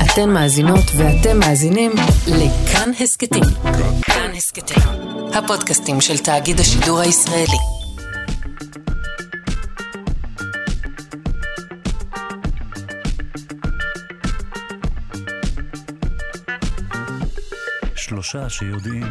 אתן מאזינות ואתם מאזינים לכאן הסקטים. כאן הסקטים, הפודקאסטים של תאגיד השידור הישראלי. שלושה שיודעים.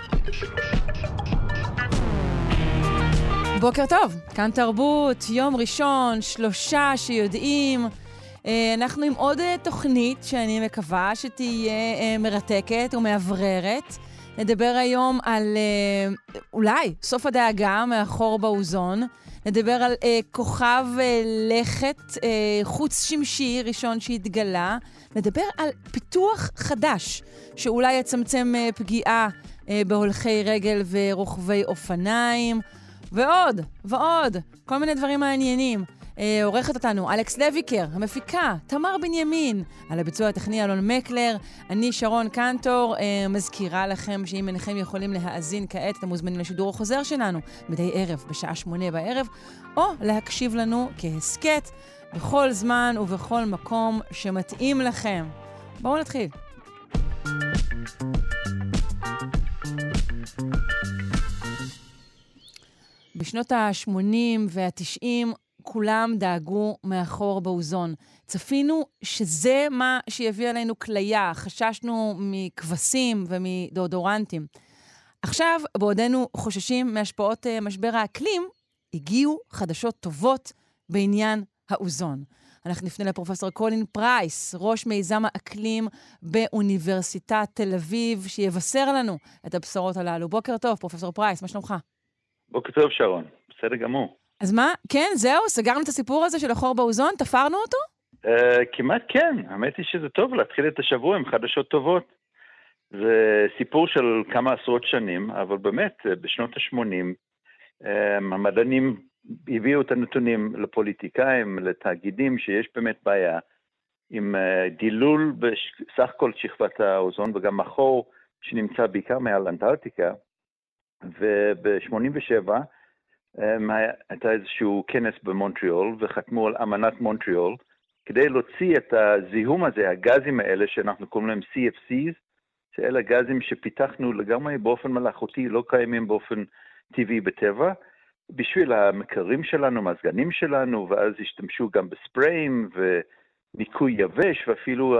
בוקר טוב, כאן תרבות, יום ראשון, שלושה שיודעים. אנחנו עם עוד תוכנית שאני מקווה שתהיה מרתקת ומעבררת. נדבר היום על אולי סוף הדאגה מאחור באוזון. נדבר על כוכב לכת חוץ שמשי ראשון שהתגלה. נדבר על פיתוח חדש שאולי יצמצם פגיעה בהולכי רגל ורוכבי אופניים. ועוד, כל מיני דברים מעניינים. עורכת אותנו אלכס לויקר, המפיקה תמר בנימין, על הביצוע הטכני אלון מקלר, אני שרון קנטור, מזכירה לכם שאם אינכם יכולים להאזין כעת, אתם מוזמנים לשידור החוזר שלנו מדי ערב בשעה 8 בערב, או להקשיב לנו כהסקט בכל זמן ובכל מקום שמתאים לכם. בואו נתחיל. בשנות ה-80 וה-90 כולם דאגו מאחור באוזון. צפינו שזה מה שיביא עלינו כליה, חששנו מכבשים ומדאודורנטים. עכשיו, בעודנו חוששים מהשפעות משבר האקלים, הגיעו חדשות טובות בעניין האוזון. אנחנו נפנה לפרופסור קולין פרייס, ראש מיזם האקלים באוניברסיטת תל אביב, שיבשר לנו את הבשורות הללו. בוקר טוב, פרופסור פרייס, מה שלומך? בוקר טוב, שרון. בסדר גמור. אז מה? כן, זהו? סגרנו את הסיפור הזה של החור באוזון? תפרנו אותו? כמעט כן. האמת היא שזה טוב להתחיל את השבוע עם חדשות טובות. זה סיפור של כמה עשרות שנים, אבל באמת, בשנות ה-80, המדענים הביאו את הנתונים לפוליטיקאים, לתאגידים, שיש באמת בעיה עם דילול בסך כל שכבת האוזון, וגם מחור שנמצא בעיקר מעל אנטארקטיקה. וב-87 הייתה איזשהו כנס במונטריאול, וחתמו על אמנת מונטריאול, כדי להוציא את הזיהום הזה, הגזים האלה שאנחנו קוראים להם CFCs, שאלה גזים שפיתחנו לגמרי באופן מלאכותי, לא קיימים באופן טבעי בטבע, בשביל המקרים שלנו, מזגנים שלנו, ואז השתמשו גם בספריים וניקוי יבש, ואפילו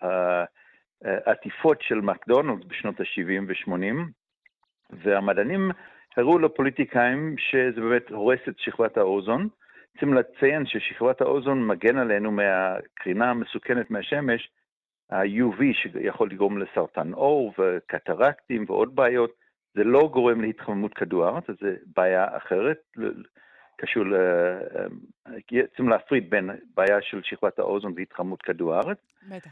העטיפות של מקדונלדס בשנות ה-70 ו-80, והמדענים הראו לפוליטיקאים שזה באמת הורס את שכבת האוזון. צריכים לציין ששכבת האוזון מגן עלינו מהקרינה המסוכנת מהשמש, ה-UV שיכול לגרום לסרטן עור וקטרקטים ועוד בעיות. זה לא גורם להתחממות כדור הארץ, אז זה בעיה אחרת. קשור צריכים להפריד בין בעיה של שכבת האוזון והתחממות כדור הארץ. בטח.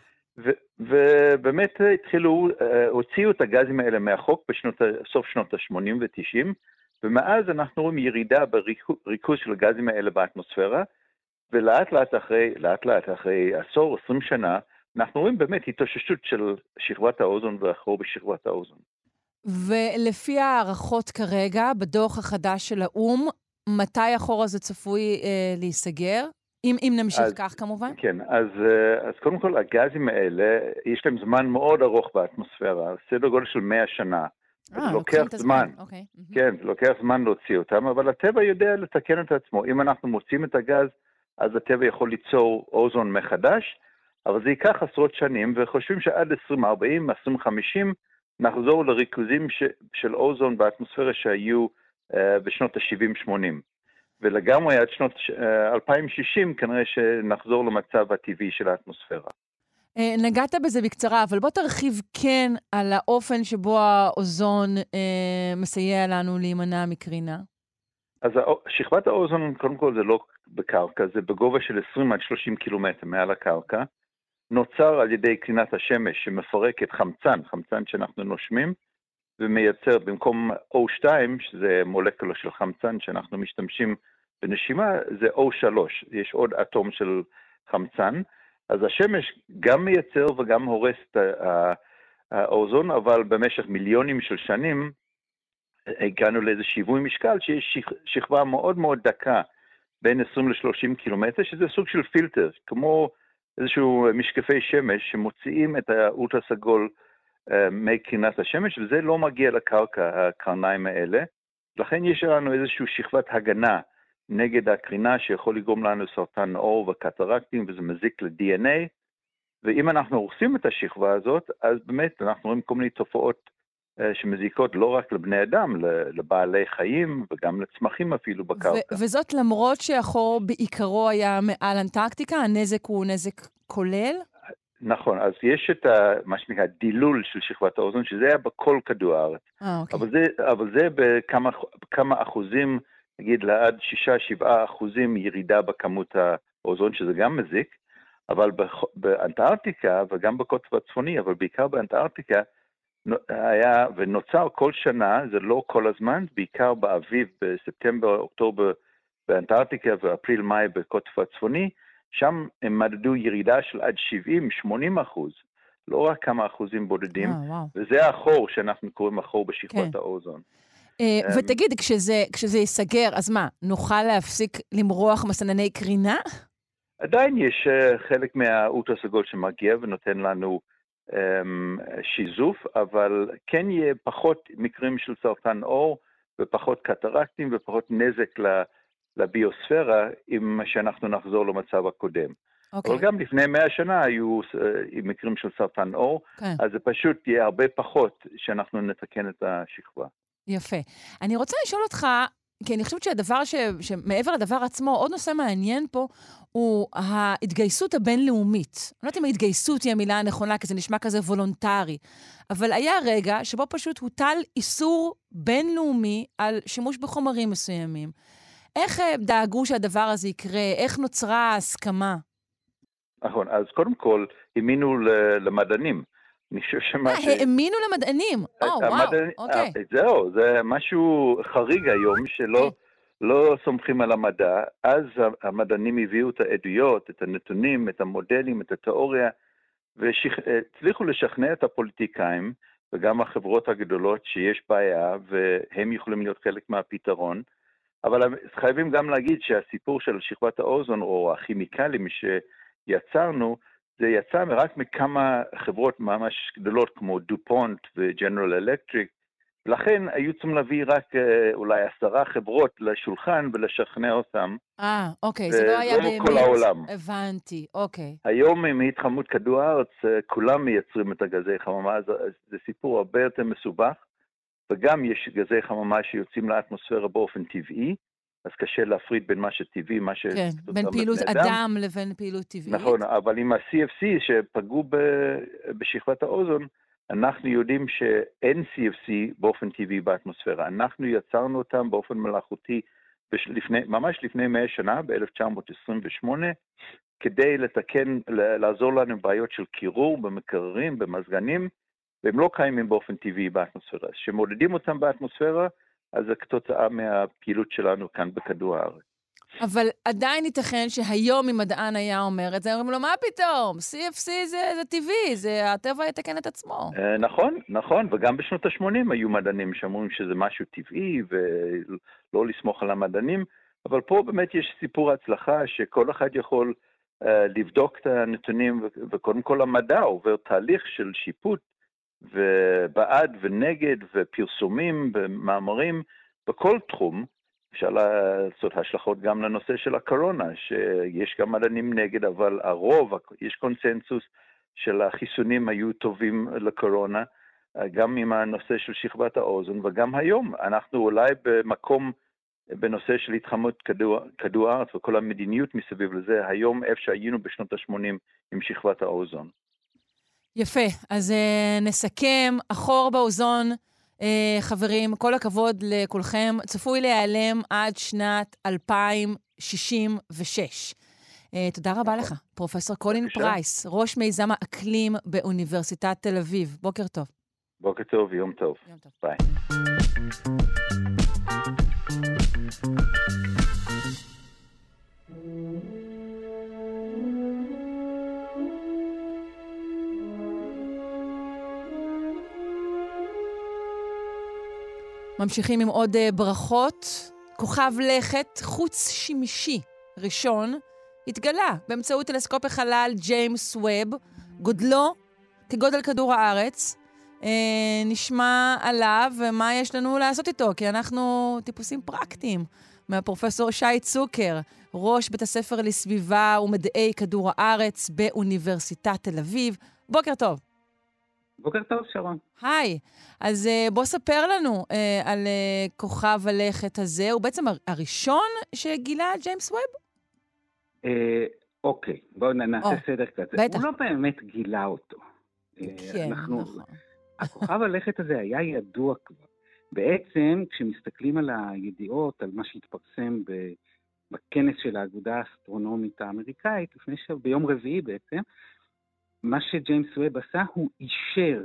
ובאמת הוציאו את הגזים האלה מהחוק בסוף שנות ה-80 ו-90, ומאז אנחנו רואים ירידה בריכוז של הגזים האלה באטמוספירה, ולאט לאט אחרי עשור, 20 שנה, אנחנו רואים באמת התאוששות של שכבת האוזון והחור בשכבת האוזון. ולפי הערכות כרגע, בדוח החדש של האום, מתי החור הזה צפוי להיסגר? אם נמשיך כך כמובן? כן, אז קודם כל הגזים האלה, יש להם זמן מאוד ארוך באטמוספירה, סדר גודל של 100 שנה. זה לוקח זמן. אוקיי. כן, זה לוקח זמן להוציא אותם, אבל הטבע יודע לתקן את עצמו. אם אנחנו מוצאים את הגז, אז הטבע יכול ליצור אוזון מחדש, אבל זה ייקח עשרות שנים, וחושבים שעד 2040, 2050, נחזור לריכוזים של אוזון באטמוספירה שהיו בשנות ה-70-80. ולגמרי עד שנות 2060 כנראה שנחזור למצב הטבעי של האטמוספירה. נגעת בזה בקצרה, אבל בוא תרחיב כן על האופן שבו האוזון מסייע לנו להימנע מקרינה. אז שכבת האוזון, קודם כל זה לא בקרקע, זה בגובה של 20 עד 30 קילומטר מעל הקרקע, נוצר על ידי קרינת השמש שמפרקת חמצן שאנחנו נושמים, ומייצר במקום O2, שזה מולקולה של חמצן שאנחנו משתמשים בנשימה, זה O3, יש עוד אטום של חמצן, אז השמש גם מייצר וגם הורס את האוזון, אבל במשך מיליונים של שנים, הגענו לאיזה שיווי משקל, שיש שכבה מאוד מאוד דקה, בין 20 ל-30 קילומטר, שזה סוג של פילטר, כמו איזשהו משקפי שמש שמוציאים את האולטרה סגול מקרינת השמש, וזה לא מגיע לקרקע, הקרניים האלה. לכן יש לנו איזושהי שכבת הגנה נגד הקרינה שיכול לגרום לנו סרטן עור וקטרקטים, וזה מזיק ל-DNA. ואם אנחנו הורסים את השכבה הזאת, אז באמת אנחנו רואים כל מיני תופעות שמזיקות לא רק לבני אדם, לבעלי חיים וגם לצמחים אפילו בקרקע. וזאת למרות שהחור בעיקרו היה מעל אנטארקטיקה, הנזק הוא נזק כולל? נכון, אז יש את מה שנקרא דילול של שכבת האוזון, שזה היה בכל כדור הארץ. אוקיי. אבל זה בכמה אחוזים, נגיד לעד 6-7% ירידה בכמות האוזון, שזה גם מזיק, אבל באנטארקטיקה וגם בקוטב הצפוני, אבל בעיקר באנטארקטיקה, היה ונוצר כל שנה, זה לא כל הזמן, בעיקר באביב, בספטמבר, אוקטובר באנטארקטיקה ואפריל-מאי בקוטב הצפוני, שם הם מדדו ירידה של עד 70-80%, לא רק כמה אחוזים בודדים, וזה החור שאנחנו קוראים החור בשכבת האוזון. ותגיד, כשזה ייסגר, אז מה, נוכל להפסיק למרוח מסנני קרינה? עדיין יש חלק מהאולטרה סגול שמגיע ונותן לנו שיזוף, אבל כן יהיה פחות מקרים של סרטן עור, ופחות קטרקטים ופחות נזק לביוספירה, אם שאנחנו נחזור למצב הקודם. אבל גם לפני 100 שנה היו מקרים של סרטן עור, אז זה פשוט יהיה הרבה פחות שאנחנו נתקן את השכבה. יפה. אני רוצה לשאול אותך, כי אני חושבת שהדבר שמעבר לדבר עצמו, עוד נושא מעניין פה, הוא ההתגייסות הבינלאומית. אני לא יודעת אם ההתגייסות היא המילה הנכונה, כי זה נשמע כזה וולונטרי, אבל היה רגע שבו פשוט הוטל איסור בינלאומי על שימוש בחומרים מסוימים. איך דאגו שהדבר הזה יקרה? איך נוצרה ההסכמה? נכון, אז קודם כל, האמינו למדענים. האמינו למדענים? וואו, אוקיי. זהו, זה משהו חריג היום שלא סומכים על המדע. אז המדענים הביאו את העדויות, את הנתונים, את המודלים, את התיאוריה, והצליחו לשכנע את הפוליטיקאים, וגם החברות הגדולות שיש בעיה, והם יכולים להיות חלק מהפתרון. אבל חייבים גם להגיד שהסיפור של שכבת האוזון, או הכימיקלים שיצרנו, זה יצא רק מכמה חברות ממש גדולות, כמו דופונט וג'נרל אלקטריק, ולכן היו צריכים להביא רק אולי 10 חברות לשולחן ולשכנע אותם. אוקיי, זה לא היה באמת. כל העולם. הבנתי, אוקיי. היום עם התחממות כדור הארץ, כולם מייצרים את הגזי חממה, זה סיפור הרבה יותר מסובך, וגם יש גזי חממה שיוצאים לאטמוספירה באופן טבעי, אז קשה להפריד בין מה שטבעי, מה ש... כן, בין פעילות אדם לבין פעילות טבעית. נכון, אבל עם ה-CFC שפגעו בשכבת האוזון, אנחנו יודעים שאין CFC באופן טבעי באטמוספירה. אנחנו יצרנו אותם באופן מלאכותי ממש לפני 100 שנה, ב-1928, כדי לעזור לנו בעיות של קירור במקררים, במזגנים, והם לא קיימים באופן טבעי באטמוספירה. כשמודדים אותם באטמוספירה, אז זה כתוצאה מהפעילות שלנו כאן בכדור הארץ. אבל עדיין ייתכן שהיום אם מדען היה אומר את זה, אומרים לו, מה פתאום? CFC זה טבעי, הטבע יתקן את עצמו. נכון, וגם בשנות ה-80 היו מדענים שאומרים שזה משהו טבעי, ולא לסמוך על המדענים, אבל פה באמת יש סיפור הצלחה, שכל אחד יכול לבדוק את הנתונים, וקודם כל המדע עובר תהליך של שיפוט, ובעד ונגד, ופרסומים ומאמרים, בכל תחום, אפשר לעשות השלכות גם לנושא של הקורונה, שיש גם מדענים נגד, אבל הרוב, יש קונסנזוס של החיסונים היו טובים לקורונה, גם עם הנושא של שכבת האוזון, וגם היום אנחנו אולי במקום בנושא של התחממות כדור הארץ, וכל המדיניות מסביב לזה, היום איפה שהיינו בשנות ה-80 עם שכבת האוזון. יפה, אז נסכם, החור באוזון, חברים, כל הכבוד לכולכם, צפוי להיעלם עד שנת 2066. תודה רבה לך, פרופסור קולין פרייס, ראש מיזם האקלים באוניברסיטת תל אביב. בוקר טוב. בוקר טוב, יום טוב. ביי. ממשיכים עם עוד ברכות. כוכב לכת חוץ שמשי ראשון התגלה באמצעות טלסקופ החלל ג'יימס ווב, גודלו כגודל כדור הארץ. נשמע עליו ומה יש לנו לעשות איתו, כי אנחנו טיפוסים פרקטיים. מהפרופסור שי צוקר, ראש בית הספר לסביבה ומדעי כדור הארץ באוניברסיטת תל אביב. בוקר טוב. בוקר טוב, שרון. היי. אז בוא ספר לנו על כוכב הלכת הזה. הוא בעצם הראשון שגילה ג'יימס ווב? אוקיי, בואו נעשה סדר קצת. בטח. הוא לא באמת גילה אותו. כן, נכון. הכוכב הלכת הזה היה ידוע כבר. בעצם, כשמסתכלים על הידיעות, על מה שהתפרסם בכנס של האגודה האסטרונומית האמריקאית, ביום רביעי בעצם, מה שג'יימס ווב עשה הוא אישר,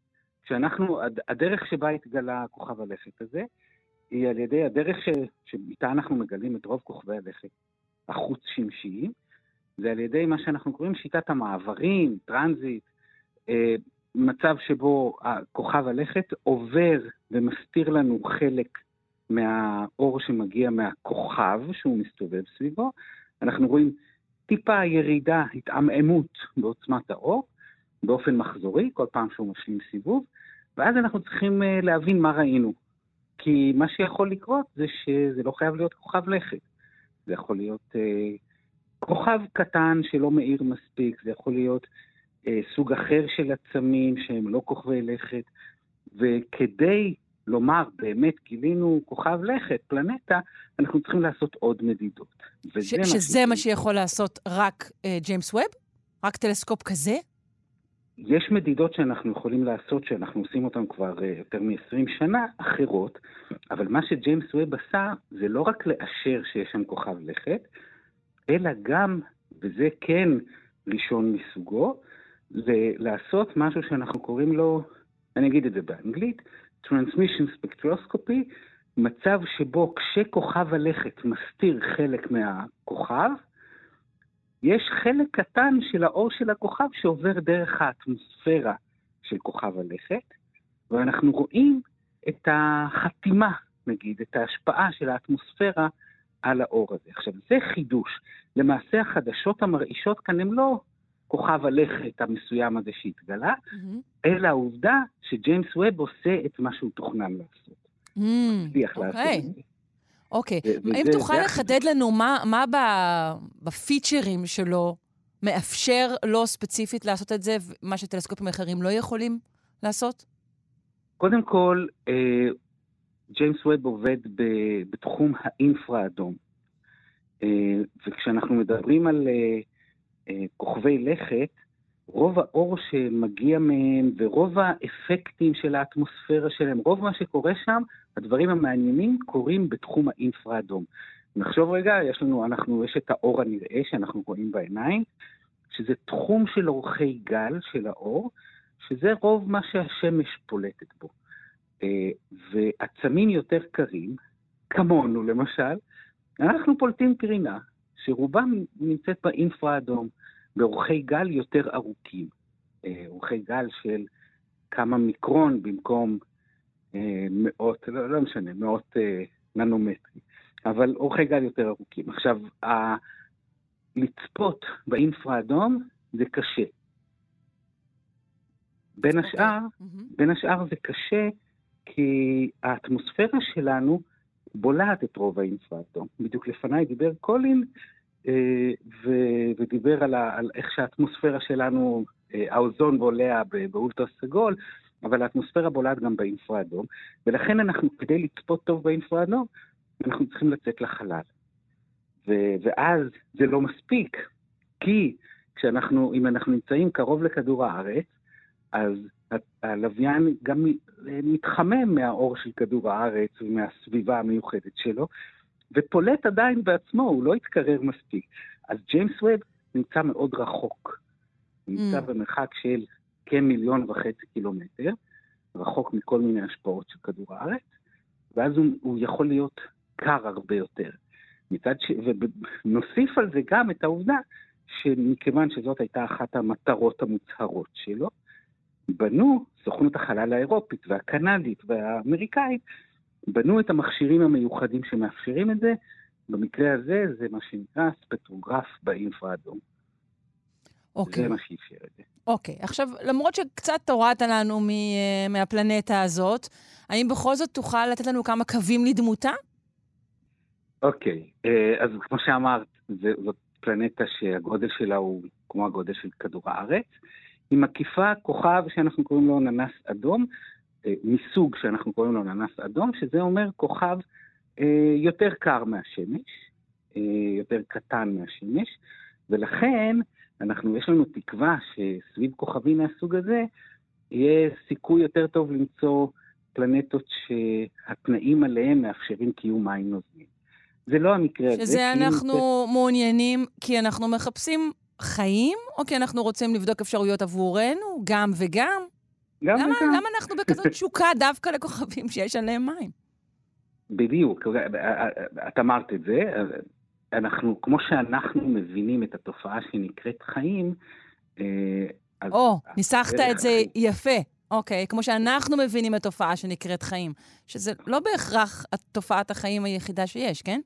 הדרך שבה התגלה הכוכב הלכת הזה, היא על ידי הדרך שאיתה אנחנו מגלים את רוב כוכבי הלכת החוץ שמשיים, זה על ידי מה שאנחנו קוראים שיטת המעברים, טרנזיט, מצב שבו הכוכב הלכת עובר ומסתיר לנו חלק מהאור שמגיע מהכוכב שהוא מסתובב סביבו. אנחנו רואים טיפה ירידה, התעמעמות בעוצמת האור, באופן מחזורי, כל פעם שהוא משלים סיבוב, ואז אנחנו צריכים להבין מה ראינו. כי מה שיכול לקרות זה שזה לא חייב להיות כוכב לכת. זה יכול להיות כוכב קטן שלא מאיר מספיק, זה יכול להיות סוג אחר של עצמים שהם לא כוכבי לכת, וכדי לומר באמת גילינו כוכב לכת, פלנטה, אנחנו צריכים לעשות עוד מדידות. שזה מה שיכול לעשות רק ג'יימס ווב? רק טלסקופ כזה? יש מדידות שאנחנו יכולים לעשות, שאנחנו עושים אותן כבר יותר מ-20 שנה, אחרות, אבל מה שג'יימס ווב עשה, זה לא רק לאשר שיש שם כוכב לכת, אלא גם, וזה כן ראשון מסוגו, זה לעשות משהו שאנחנו קוראים לו, אני אגיד את זה באנגלית, Transmission Spectroscopy, מצב שבו כשכוכב הלכת מסתיר חלק מהכוכב, יש חלק קטן של האור של הכוכב שעובר דרך האטמוספירה של כוכב הלכת, ואנחנו רואים את החתימה, נגיד, את ההשפעה של האטמוספירה על האור הזה. עכשיו, זה חידוש. למעשה החדשות המרעישות כאן הם לא כוכב הלכת המסוים הזה שהתגלה, אלא העובדה שג'יימס ווב עושה את מה שהוא תוכנן לעשות. אוקיי. האם תוכל לחדד לנו מה בפיצ'רים שלו מאפשר לו ספציפית לעשות את זה, מה שטלסקופים אחרים לא יכולים לעשות? קודם כל, ג'יימס ווב עובד בתחום האינפרה אדום. וכשאנחנו מדברים על כוכבי לכת, רוב האור שמגיע מהם ורוב האפקטים של האטמוספירה שלהם, רוב מה שקורה שם, הדברים המעניינים קורים בתחום האינפרה אדום. נחשוב רגע, יש את האור הנראה שאנחנו רואים בעיניים, שזה תחום של אורכי גל של האור, שזה רוב מה שהשמש פולטת בו. ועצמים יותר קרים, כמונו למשל, אנחנו פולטים קרינה, שרובם נמצאת באינפרה אדום, באורכי גל יותר ארוכים. אורכי גל של כמה מיקרון במקום מאות, לא משנה, מאות ננומטרים. אבל אורכי גל יותר ארוכים. עכשיו, לצפות באינפרה אדום זה קשה. בין השאר זה קשה כי האטמוספירה שלנו בולעת את רוב האינפרה אדום. בדיוק לפניי דיבר קולין, ודיבר על איך שהאטמוספירה שלנו, האוזון בולע באולטרה סגול, אבל האטמוספירה בולעת גם באינפרה אדום, ולכן אנחנו, כדי לצפות טוב באינפרה אדום, אנחנו צריכים לצאת לחלל. ואז זה לא מספיק, כי אם אנחנו נמצאים קרוב לכדור הארץ, אז הלוויין גם מתחמם מהאור של כדור הארץ ומהסביבה המיוחדת שלו, ופולט עדיין בעצמו, הוא לא יתקרר מספיק. אז ג'יימס ווב נמצא מאוד רחוק. נמצא במרחק של כ1.5 מיליון קילומטר, רחוק מכל מיני השפעות של כדור הארץ, ואז הוא יכול להיות קר הרבה יותר. ונוסיף על זה גם את העובדה, שמכיוון שזאת הייתה אחת המטרות המוצהרות שלו, בנו, סוכנות החלל האירופית והקנדית והאמריקאית, בנו את המכשירים המיוחדים שמאפשרים את זה, במקרה הזה זה מה שנקרא ספקטרוגרף באינפרה-אדום. אוקיי. זה מה שאפשר את זה. אוקיי. עכשיו, למרות שקצת הורדת לנו מהפלנטה הזאת, האם בכל זאת תוכל לתת לנו כמה קווים לדמותה? אוקיי. אז כמו שאמרת, זאת פלנטה שהגודל שלה הוא כמו הגודל של כדור הארץ. היא מקיפה כוכב שאנחנו קוראים לו ננס אדום, מסוג שאנחנו קוראים לו ננס אדום, שזה אומר כוכב יותר קר מהשמש, יותר קטן מהשמש, ולכן יש לנו תקווה שסביב כוכבים מהסוג הזה, יהיה סיכוי יותר טוב למצוא פלנטות שהתנאים עליהם מאפשרים קיום מים נוזלים. זה לא המקרה הזה. שזה אנחנו מעוניינים כי אנחנו מחפשים חיים, או כי אנחנו רוצים לבדוק אפשרויות עבורנו, גם וגם? למה אנחנו בכזאת תשוקה דווקא לכוכבים שיש עליהם מים? בדיוק, את אמרת את זה, כמו שאנחנו מבינים את התופעה שנקראת חיים, ניסחת את זה יפה. אוקיי, כמו שאנחנו מבינים את התופעה שנקראת חיים, שזה לא בהכרח תופעת החיים היחידה שיש, כן?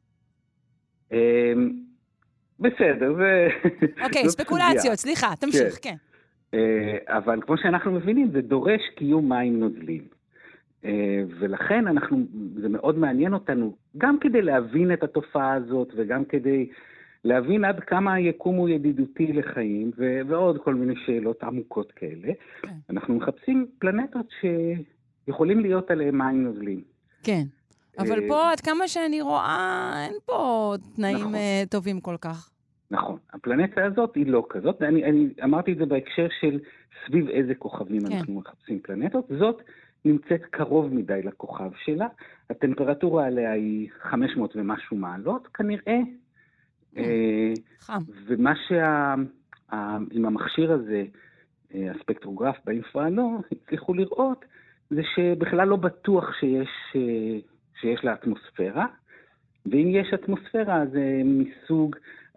בסדר, אוקיי, ספקולציות, סליחה, תמשיך, כן. אבל כמו שאנחנו מבינים, זה דורש קיום מים נוזלים. ולכן זה מאוד מעניין אותנו, גם כדי להבין את התופעה הזאת, וגם כדי להבין עד כמה היקום הוא ידידותי לחיים, ועוד כל מיני שאלות עמוקות כאלה. אנחנו מחפשים פלנטות שיכולים להיות עליהם מים נוזלים. כן, אבל פה עד כמה שאני רואה, אין פה תנאים טובים כל כך. נכון, הפלנטה הזאת היא לא כזאת, אני אמרתי את זה בהקשר של סביב איזה כוכבים אנחנו מחפשים פלנטות, זאת נמצאת קרוב מדי לכוכב שלה, הטמפרטורה עליה היא 500 ומשהו מעלות, כנראה, ומה עם המכשיר הזה, הספקטרוגרף באינפרה-אדום, הצליחו לראות, זה שבכלל לא בטוח שיש לה אטמוספירה, ואם יש אטמוספירה, אז מסוג,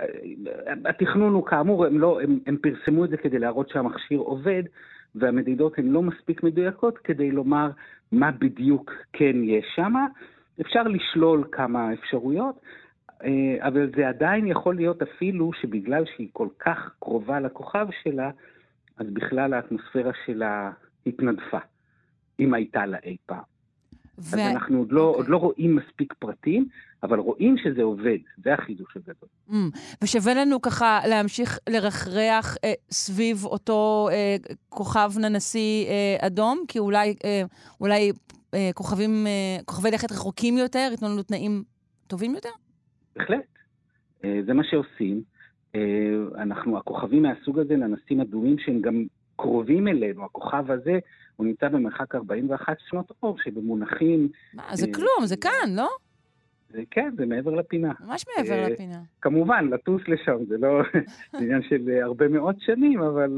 התכנון הוא כאמור, הם פרסמו את זה כדי להראות שהמכשיר עובד, והמדידות הן לא מספיק מדויקות כדי לומר מה בדיוק כן יש שם. אפשר לשלול כמה אפשרויות, אבל זה עדיין יכול להיות אפילו שבגלל שהיא כל כך קרובה לכוכב שלה, אז בכלל האטמוספירה שלה התנדפה, אם הייתה לה אי פעם. אז אנחנו עוד לא רואים מספיק פרטים, אבל רואים שזה עובד, זה החידוש הגדול. ושווה לנו ככה להמשיך לרחרח סביב אותו כוכב ננסי אדום, כי אולי כוכבי לכת רחוקים יותר, יתנו לנו תנאים טובים יותר? בהחלט. זה מה שעושים. הכוכבים מהסוג הזה, ננסים אדומים שהם גם קרובים אלינו, הכוכב הזה, הוא נמצא במרחק 41 שנות אור, שבמונחים... זה כלום, זה כאן, לא? כן, זה מעבר לפינה. ממש מעבר לפינה. כמובן, לטוס לשם, זה לא עניין של הרבה מאוד שנים,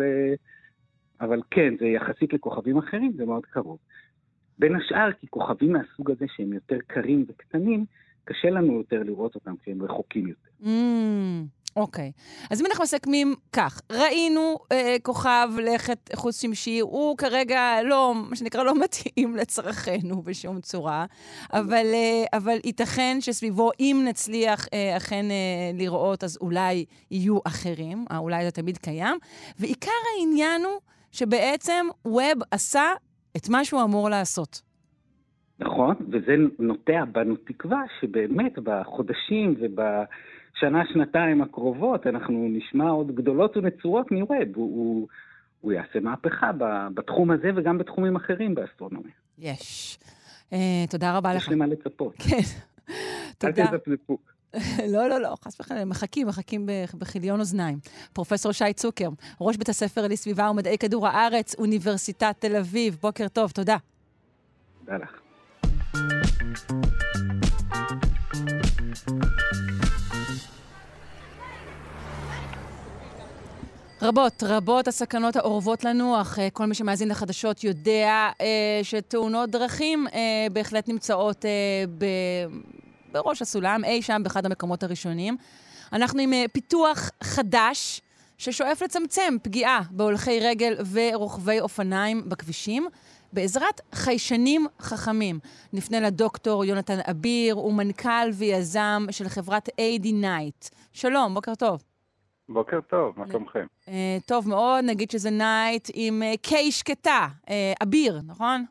אבל כן, זה יחסית לכוכבים אחרים, זה מאוד קרוב. בין השאר, כי כוכבים מהסוג הזה שהם יותר קרים וקטנים, קשה לנו יותר לראות אותם כשהם רחוקים יותר. אוקיי. אז אם אנחנו מסכמים כך, ראינו כוכב לכת חוץ שמשי, הוא כרגע לא, מה שנקרא, לא מתאים לצרכנו בשום צורה, אבל ייתכן שסביבו, אם נצליח אכן לראות, אז אולי יהיו אחרים, אולי זה תמיד קיים, ועיקר העניין הוא שבעצם ווב עשה את מה שהוא אמור לעשות. נכון, וזה נוטע בנו תקווה שבאמת בחודשים שנה, שנתיים הקרובות, אנחנו נשמע עוד גדולות ונצורות מווב. הוא יעשה מהפכה בתחום הזה וגם בתחומים אחרים באסטרונומיה. יש. תודה רבה לך. יש למה לצפות. כן. תודה. אל תצפו. לא, חס וחלילה, מחכים בחיליון אוזניים. פרופסור שי צוקר, ראש בית הספר לסביבה ומדעי כדור הארץ, אוניברסיטת תל אביב. בוקר טוב, תודה. תודה לך. רבות הסכנות האורבות לנו, אך כל מי שמאזין לחדשות יודע שתאונות דרכים בהחלט נמצאות בראש הסולם, אי שם באחד המקומות הראשונים. אנחנו עם פיתוח חדש ששואף לצמצם פגיעה בהולכי רגל ורוכבי אופניים בכבישים, בעזרת חיישנים חכמים. נפנה לדוקטור יונתן אביר, הוא מנכ"ל ויזם של חברת AD-Night. שלום, בוקר טוב. בוקר טוב, מה שלומכם? טוב מאוד, נגיד שזה נייט עם קיי שקטה, אביר, נכון?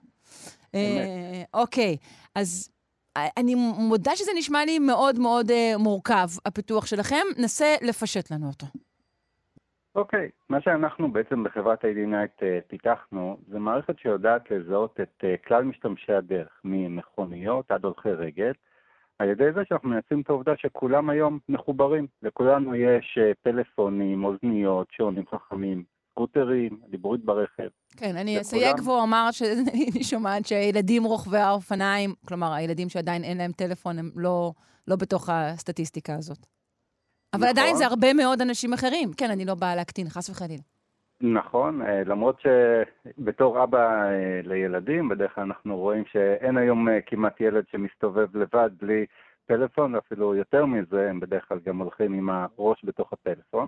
אוקיי, אז אני מודה שזה נשמע לי מאוד מאוד מורכב, הפיתוח שלכם. נסה לפשט לנו אותו. אוקיי, מה שאנחנו בעצם בחברת AD-Night פיתחנו, זה מערכת שיודעת לזהות את כלל משתמשי הדרך, ממכוניות עד הולכי רגל, על ידי זה שאנחנו מייצרים את העובדה שכולם היום מחוברים. לכולנו יש פלאפונים, אוזניות, שעונים חכמים, סקוטרים, דיבורית ברכב. כן, אני אסייג ואומר שאני שומעת שהילדים רוכבי האופניים, כלומר, הילדים שעדיין אין להם טלפון, הם לא בתוך הסטטיסטיקה הזאת. אבל עדיין זה הרבה מאוד אנשים אחרים. כן, אני לא באה להקטין, חס וחלילה. נכון, למרות שבתור אבא לילדים, בדרך כלל אנחנו רואים שאין היום כמעט ילד שמסתובב לבד בלי טלפון, אפילו יותר מזה, הם בדרך כלל גם הולכים עם הראש בתוך הטלפון.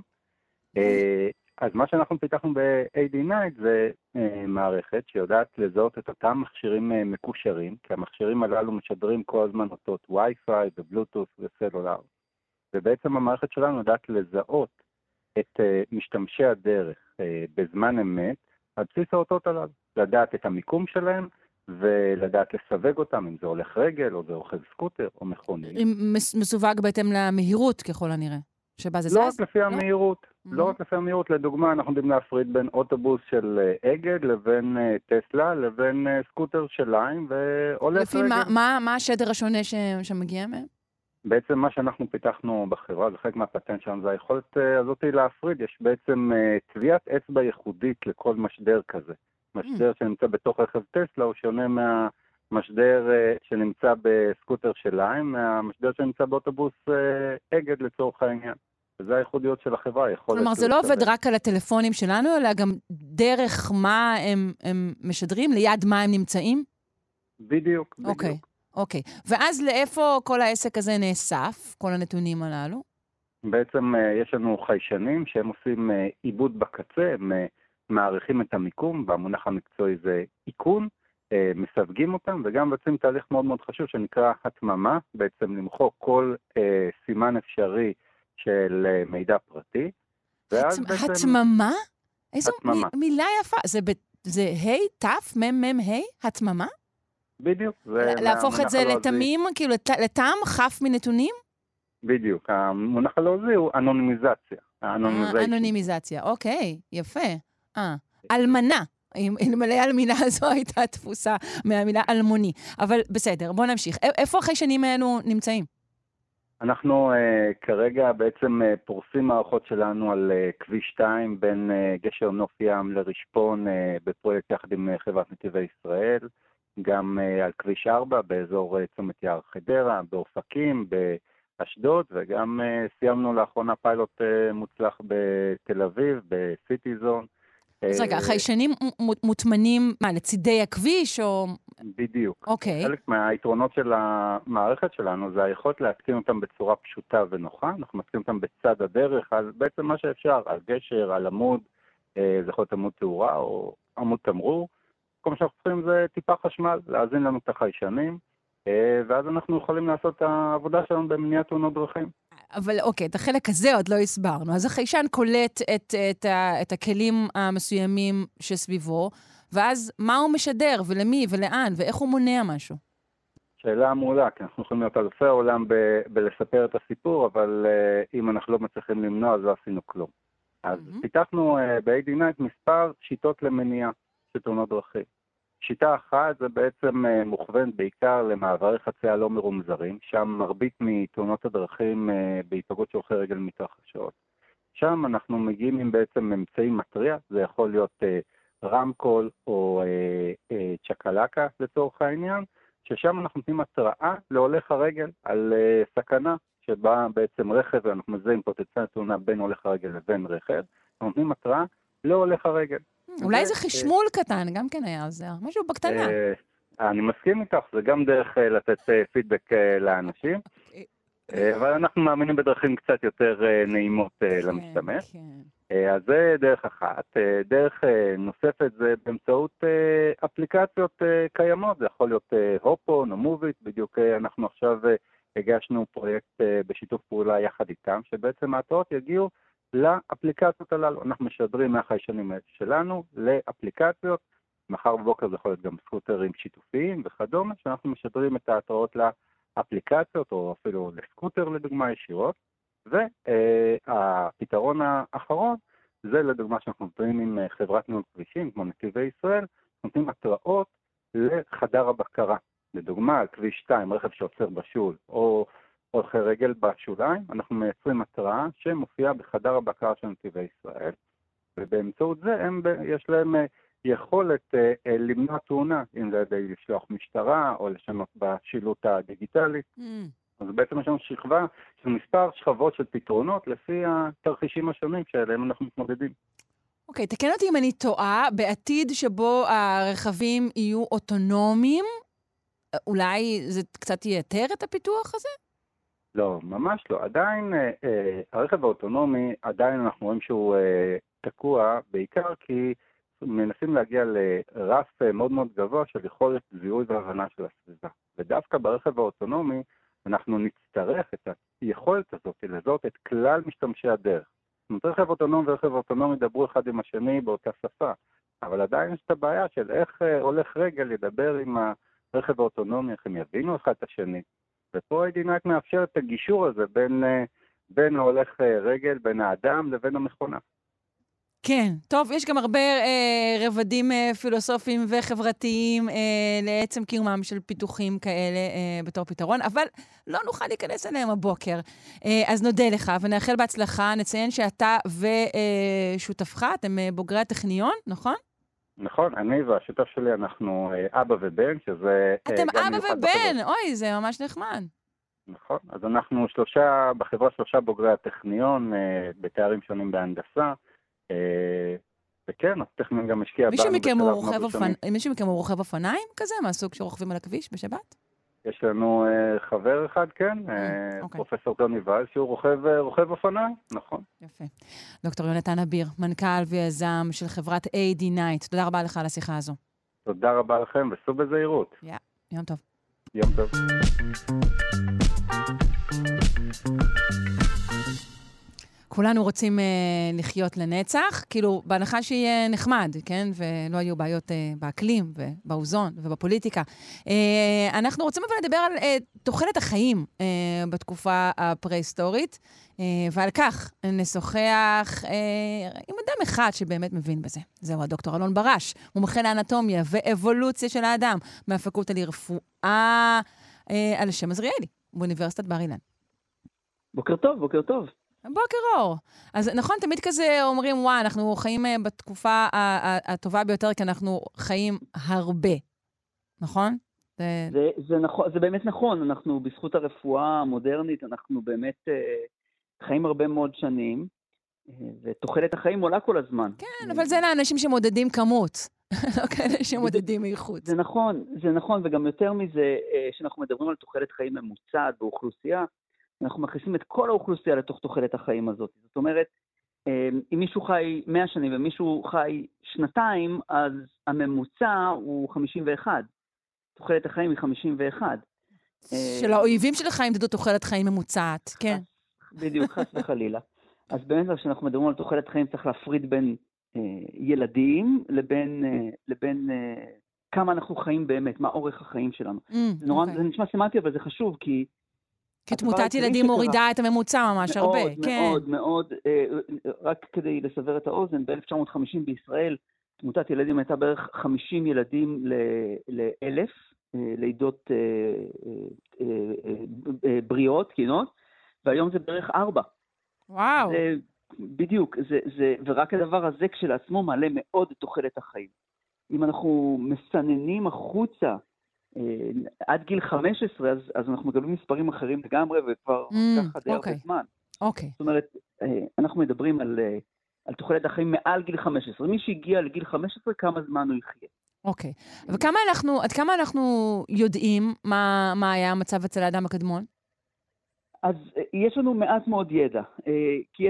אז מה שאנחנו פיתחנו ב-AD-Night זה מערכת שיודעת לזהות את אותם מכשירים מקושרים, כי המכשירים הללו משדרים כל הזמן אותות וי-פיי ובלוטוס וסלולר. ובעצם המערכת שלנו יודעת לזהות את משתמשי הדרך בזמן אמת, על בסיס האותות עליו, לדעת את המיקום שלהם, ולדעת לסווג אותם, אם זה הולך רגל, או זה רוכב סקוטר, או מכונית. מסווג בהתאם למהירות, ככל הנראה, שבה זה זז? לא רק לפי המהירות. לא רק לפי המהירות, לדוגמה, אנחנו יודעים להפריד בין אוטובוס של אגד, לבין טסלה, לבין סקוטר של ליים, והולך רגל. לפי מה השדר השונה שמגיע מהם? בעצם מה שאנחנו פיתחנו בחברה, זה חלק מהפטנט שלנו, זה היכולת הזאת להפריד. יש בעצם טביעת אצבע ייחודית לכל משדר כזה. משדר שנמצא בתוך רכב טסלה הוא שונה מהמשדר שנמצא בסקוטר של ליים, מהמשדר שנמצא באוטובוס אגד לצורך העניין. וזה הייחודיות של החברה. כלומר, זה לא עובד רק על הטלפונים שלנו, אלא גם דרך מה הם משדרים, ליד מה הם נמצאים? בדיוק. אוקיי. ואז לאיפה כל העסק הזה נאסף, כל הנתונים הללו? בעצם יש לנו חיישנים שהם עושים עיבוד בקצה, הם מעריכים את המיקום, והמונח המקצועי זה עיקון, מסווגים אותם, וגם מבצעים תהליך מאוד מאוד חשוב שנקרא התממה, בעצם למחוק כל סימן אפשרי של מידע פרטי. התממה? איזו מילה יפה. זה תף, מם, התממה? בדיוק. להפוך את זה לתמים, כאילו לטעם חף מנתונים? בדיוק. המונח הלועזי הוא אנונימיזציה. אנונימיזציה, אוקיי, יפה. אלמנה. אלמלא המילה הזו הייתה תפוסה מהמילה אלמוני. אבל בסדר, בוא נמשיך. איפה החיישנים האלו נמצאים? אנחנו כרגע בעצם פורסים מערכות שלנו על כביש 2 בין גשר נוף ים לרשפון בפרויקט יחד עם חברת נתיבי ישראל, גם על כביש 4 באזור צומת יער חדרה, באופקים, באשדוד, וגם סיימנו לאחרונה פיילוט מוצלח בתל אביב, בסיטי זון. אז רגע, החיישנים מוטמנים, לצידי הכביש או... בדיוק. אוקיי. חלק מהיתרונות של המערכת שלנו זה היכולת להתקין אותם בצורה פשוטה ונוחה. אנחנו מתקין אותם בצד הדרך, על בעצם מה שאפשר, על גשר, על עמוד, זה יכול להיות עמוד תאורה או עמוד תמרור. כל מה שאנחנו צריכים זה טיפה חשמל, להזין לנו את החיישנים, ואז אנחנו יכולים לעשות את העבודה שלנו במניעת תאונות דרכים. אבל אוקיי, את החלק הזה עוד לא הסברנו. אז החיישן קולט את הכלים המסוימים שסביבו, ואז מה הוא משדר ולמי ולאן ואיך הוא מונע משהו? שאלה מעולה, כי אנחנו יכולים להיות אלפי העולם בלספר את הסיפור, אבל אם אנחנו לא מצליחים למנוע, אז לא עשינו כלום. אז פיתחנו ב-AD-Night מספר שיטות למניעה של תאונות דרכים. שיטה אחת זה בעצם מוכוון בעיקר למעברי חצייה לא מרומזרים, שם מרבית מתאונות הדרכים בהיפגעות של הולכי רגל מתרחשות. שם אנחנו מגיעים עם בעצם אמצעי מטריע, זה יכול להיות רמקול או צ'קלקה לצורך העניין, ששם אנחנו נותנים התראה להולך הרגל על סכנה, שבה בעצם רכב, ואנחנו מזהים פוטנציאל תאונה בין הולך הרגל לבין רכב, אנחנו נותנים התראה להולך הרגל. אולי איזה חשמול קטן, גם כן היה עוזר, משהו בקטנה. אני מסכים איתך, זה גם דרך לתת פידבק לאנשים, אבל אנחנו מאמינים בדרכים קצת יותר נעימות למשתמש. אז זה דרך אחת. דרך נוספת זה באמצעות אפליקציות קיימות, זה יכול להיות הופון או מוביט, בדיוק אנחנו עכשיו הגשנו פרויקט בשיתוף פעולה יחד איתם, שבעצם ההרצאות יגיעו לאפליקציות הללו. אנחנו משדרים מהחיישנים שלנו לאפליקציות, מחר בבוקר זה יכול להיות גם סקוטרים שיתופיים וכדומה, שאנחנו משדרים את ההתראות לאפליקציות, או אפילו לסקוטר לדוגמה ישירות. והפתרון האחרון, זה לדוגמה שאנחנו נותנים עם חברת ניהול כבישים, כמו נתיבי ישראל, נותנים התראות לחדר הבקרה. לדוגמה, על כביש 2, רכב שעוצר בשול, או הולכי רגל בשוליים, אנחנו מייצרים התראה שמופיעה בחדר הבקרה של נתיבי ישראל, ובאמצעות זה יש להם יכולת למנוע תאונה, אם זה ידי לשלוח משטרה, או לשנות בשילוט הדיגיטלי. אז בעצם יש לנו שכבה של מספר שכבות של פתרונות, לפי התרחישים השונים שאליהם אנחנו מתמודדים. אוקיי, תקן אותי אם אני טועה, בעתיד שבו הרכבים יהיו אוטונומיים, אולי זה קצת ייתר את הפיתוח הזה? לא, ממש לא. עדיין, הרכב האוטונומי, עדיין אנחנו רואים שהוא תקוע, בעיקר כי מנסים להגיע לרף מאוד מאוד גבוה של יכולת זיהוי והבנה של הסביבה. ודווקא ברכב האוטונומי, אנחנו נצטרך את היכולת הזאת לזהות את כלל משתמשי הדרך. זאת אומרת, רכב אוטונומי ורכב אוטונומי ידברו אחד עם השני באותה שפה, אבל עדיין יש את הבעיה של איך הולך רגל לדבר עם הרכב האוטונומי, איך הם יבינו אחד את השני. ופה אידינייט מאפשר את הגישור הזה בין ההולך רגל, בין האדם לבין המכונה. כן, טוב, יש גם הרבה רבדים פילוסופיים וחברתיים לעצם קיומם של פיתוחים כאלה בתור פתרון, אבל לא נוכל להיכנס אליהם הבוקר. אז נודה לך ונאחל בהצלחה, נציין שאתה ושותפך, אתם בוגרי הטכניון, נכון? נכון, אני והשותף שלי אנחנו אבא ובן, שזה... אתם אבא ובן, אוי, זה ממש נחמד. נכון, אז אנחנו בחברה שלושה בוגרי הטכניון, בתארים שונים בהנדסה, וכן, הטכניון גם השקיע מישהו מכם הוא רוכב אופניים כזה, מהסוג שרוכבים על הכביש בשבת? יש לנו חבר אחד, כן, פרופסור טוני וייל, שהוא רוכב אופניים, נכון. יפה. דוקטור יונתן אביר, מנכ"ל ויזם של חברת אידינייט, תודה רבה לך על השיחה הזו. תודה רבה לכם, וסעו בזהירות. יום טוב. יום טוב. כולנו רוצים לחיות לנצח, כאילו בהנחה שיהיה נחמד, כן? ולא היו בעיות באקלים ובאוזון ובפוליטיקה. אנחנו רוצים אבל לדבר על תוחלת החיים בתקופה הפרה-היסטורית, ועל כך נשוחח עם אדם אחד שבאמת מבין בזה. זהו הדוקטור אלון ברש, מומחה לאנטומיה ואבולוציה של האדם, מהפקולטה לרפואה על שם עזריאלי, באוניברסיטת בר אילן. בוקר טוב, בוקר טוב. בוקר אור. אז נכון, תמיד כזה אומרים, וואי, אנחנו חיים בתקופה הטובה ביותר, כי אנחנו חיים הרבה. נכון? זה נכון, זה באמת נכון. אנחנו בזכות הרפואה המודרנית, אנחנו באמת חיים הרבה מאוד שנים, ותוחלת החיים עולה כל הזמן. כן, אבל זה לאנשים שמודדים כמות, לא כאלה שמודדים איכות. זה נכון, וגם יותר מזה, שאנחנו מדברים על תוחלת חיים ממוצעת באוכלוסייה, אנחנו מכניסים את כל האוכלוסייה לתוך תוחלת החיים הזאת. זאת אומרת, אם מישהו חי 100 שנים ומישהו חי 2, אז הממוצע הוא 51. תוחלת החיים היא 51. של האויבים שלך אם תדעו תוחלת חיים ממוצעת, כן. בדיוק, חס וחלילה. אז באמת, כשאנחנו מדברים על תוחלת חיים, צריך להפריד בין ילדים לבין כמה אנחנו חיים באמת, מה אורך החיים שלנו. זה נשמע סמנטי, אבל זה חשוב, כי תמותת ילדים מורידה את הממוצע ממש הרבה. מאוד, מאוד. רק כדי לסבר את האוזן, ב-1950 בישראל, תמותת ילדים הייתה בערך 50 ילדים ל-1,000 לידות בריאות, תקינות, והיום זה בערך 4. וואו. בדיוק, ורק הדבר הזה כשלעצמו מעלה מאוד את תוחלת החיים. אם אנחנו מסננים החוצה, עד גיל 15, אז אנחנו מקבלים מספרים אחרים לגמרי, וכבר ככה די הרבה זמן. אוקיי. זאת אומרת, אנחנו מדברים על תוחלת החיים מעל גיל 15. מי שהגיע לגיל 15, כמה זמן הוא יחיה. אוקיי. עד כמה אנחנו יודעים מה היה המצב אצל האדם הקדמון? אז יש לנו מעט מאוד ידע, כי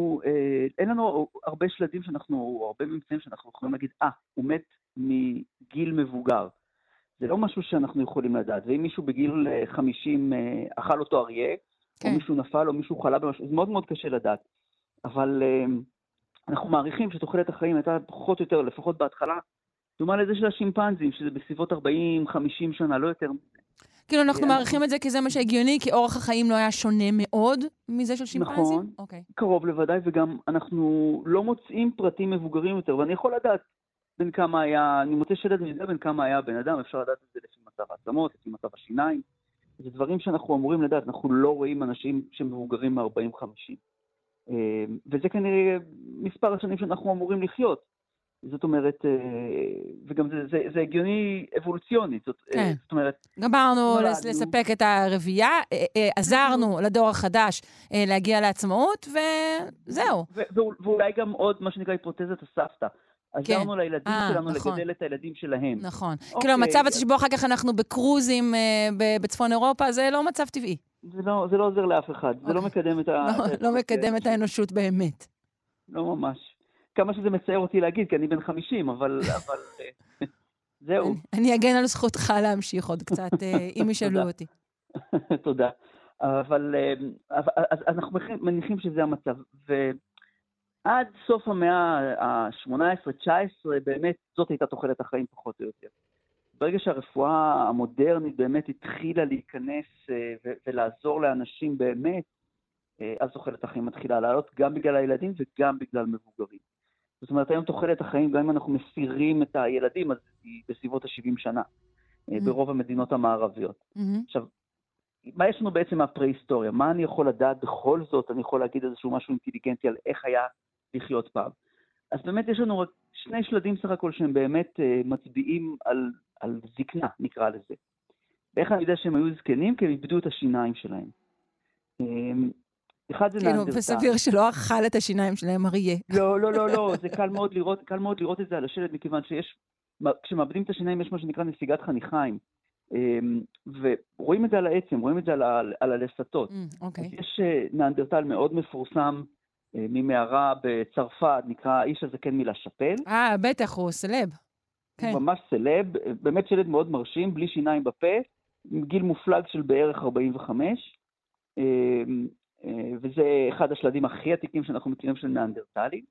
אין לנו הרבה שלדים הרבה ממצאים שאנחנו יכולים להגיד, הוא מת גיל מבוגר. זה לא משהו שאנחנו יכולים לדעת. ואם מישהו בגיל 50 אכל אותו אריה, או מישהו נפל, או מישהו חלה במשהו, זה מאוד מאוד קשה לדעת. אבל אנחנו מעריכים שתוחלת החיים הייתה פחות או יותר, לפחות בהתחלה, דומה לזה של השימפנזים, שזה בסביבות 40-50 שנה, לא יותר. כאילו אנחנו מעריכים את זה כי זה מה שהגיוני, כי אורח החיים לא היה שונה מאוד מזה של שימפנזים? נכון, קרוב לוודאי, וגם אנחנו לא מוצאים פרטים מבוגרים יותר, ואני יכול לדעת בין כמה היה, אני מוצא שלד מידע בין כמה היה בן אדם, אפשר לדעת את זה לפי מצב העצמות, לפי מצב השיניים, זה דברים שאנחנו אמורים לדעת, אנחנו לא רואים אנשים שמבוגרים מ-40-50. וזה כנראה מספר השנים שאנחנו אמורים לחיות. זאת אומרת, וגם זה הגיוני אבולוציונית. זאת אומרת... גמרנו לספק את הרבייה, עזרנו לדור החדש להגיע לעצמאות, וזהו. ואולי גם עוד מה שנקרא היפותזת הסבתא. עזרנו לילדים שלנו לגדל את הילדים שלהם. נכון. כאילו, המצב הזה שבו אחר כך אנחנו בקרוזים בצפון אירופה, זה לא מצב טבעי. זה לא עוזר לאף אחד. זה לא מקדם את לא מקדם את האנושות באמת. לא ממש. כמה שזה מצער אותי להגיד, כי אני בן 50, אבל זהו. אני אגן על זכותך להמשיך עוד קצת, אם ישאלו אותי. תודה. אבל אנחנו מניחים שזה המצב. ועד סוף המאה ה-18-19, באמת, זאת הייתה תוחלת החיים פחות או יותר. ברגע שהרפואה המודרנית באמת התחילה להיכנס ולעזור לאנשים באמת, אז תוחלת החיים מתחילה לעלות גם בגלל הילדים וגם בגלל מבוגרים. זאת אומרת, היום תוחלת החיים, גם אם אנחנו מסירים את הילדים, אז היא בסביבות ה-70 שנה, ברוב המדינות המערביות. עכשיו, מה יש לנו בעצם מהפרה-היסטוריה? מה אני יכול לדעת בכל זאת? אני יכול להגיד איזשהו משהו אינטליגנטי על איך היה לחיות פעם. אז באמת יש לנו רק שני שלדים סך הכל שהם באמת מצביעים על זקנה, נקרא לזה. ואיך אני יודע שהם היו זקנים? כי הם איבדו את השיניים שלהם. אחד זה כאילו, וסביר שלא אכל את השיניים שלהם אריה. לא, זה קל מאוד לראות את זה על השלט, מכיוון כשמאבדים את השיניים יש מה שנקרא נסיגת חניכיים, ורואים את זה על העצם, רואים את זה על הלסתות. יש נאנדרטל מאוד מפורסם ממערה בצרפת, נקרא האיש הזה כן מילה שפל. בטח, הוא סלב. הוא ממש סלב, באמת שלד מאוד מרשים, בלי שיניים בפה, גיל מופלג של בערך 45, וזה אחד השלדים הכי עתיקים שאנחנו מכירים של נאנדרטלים.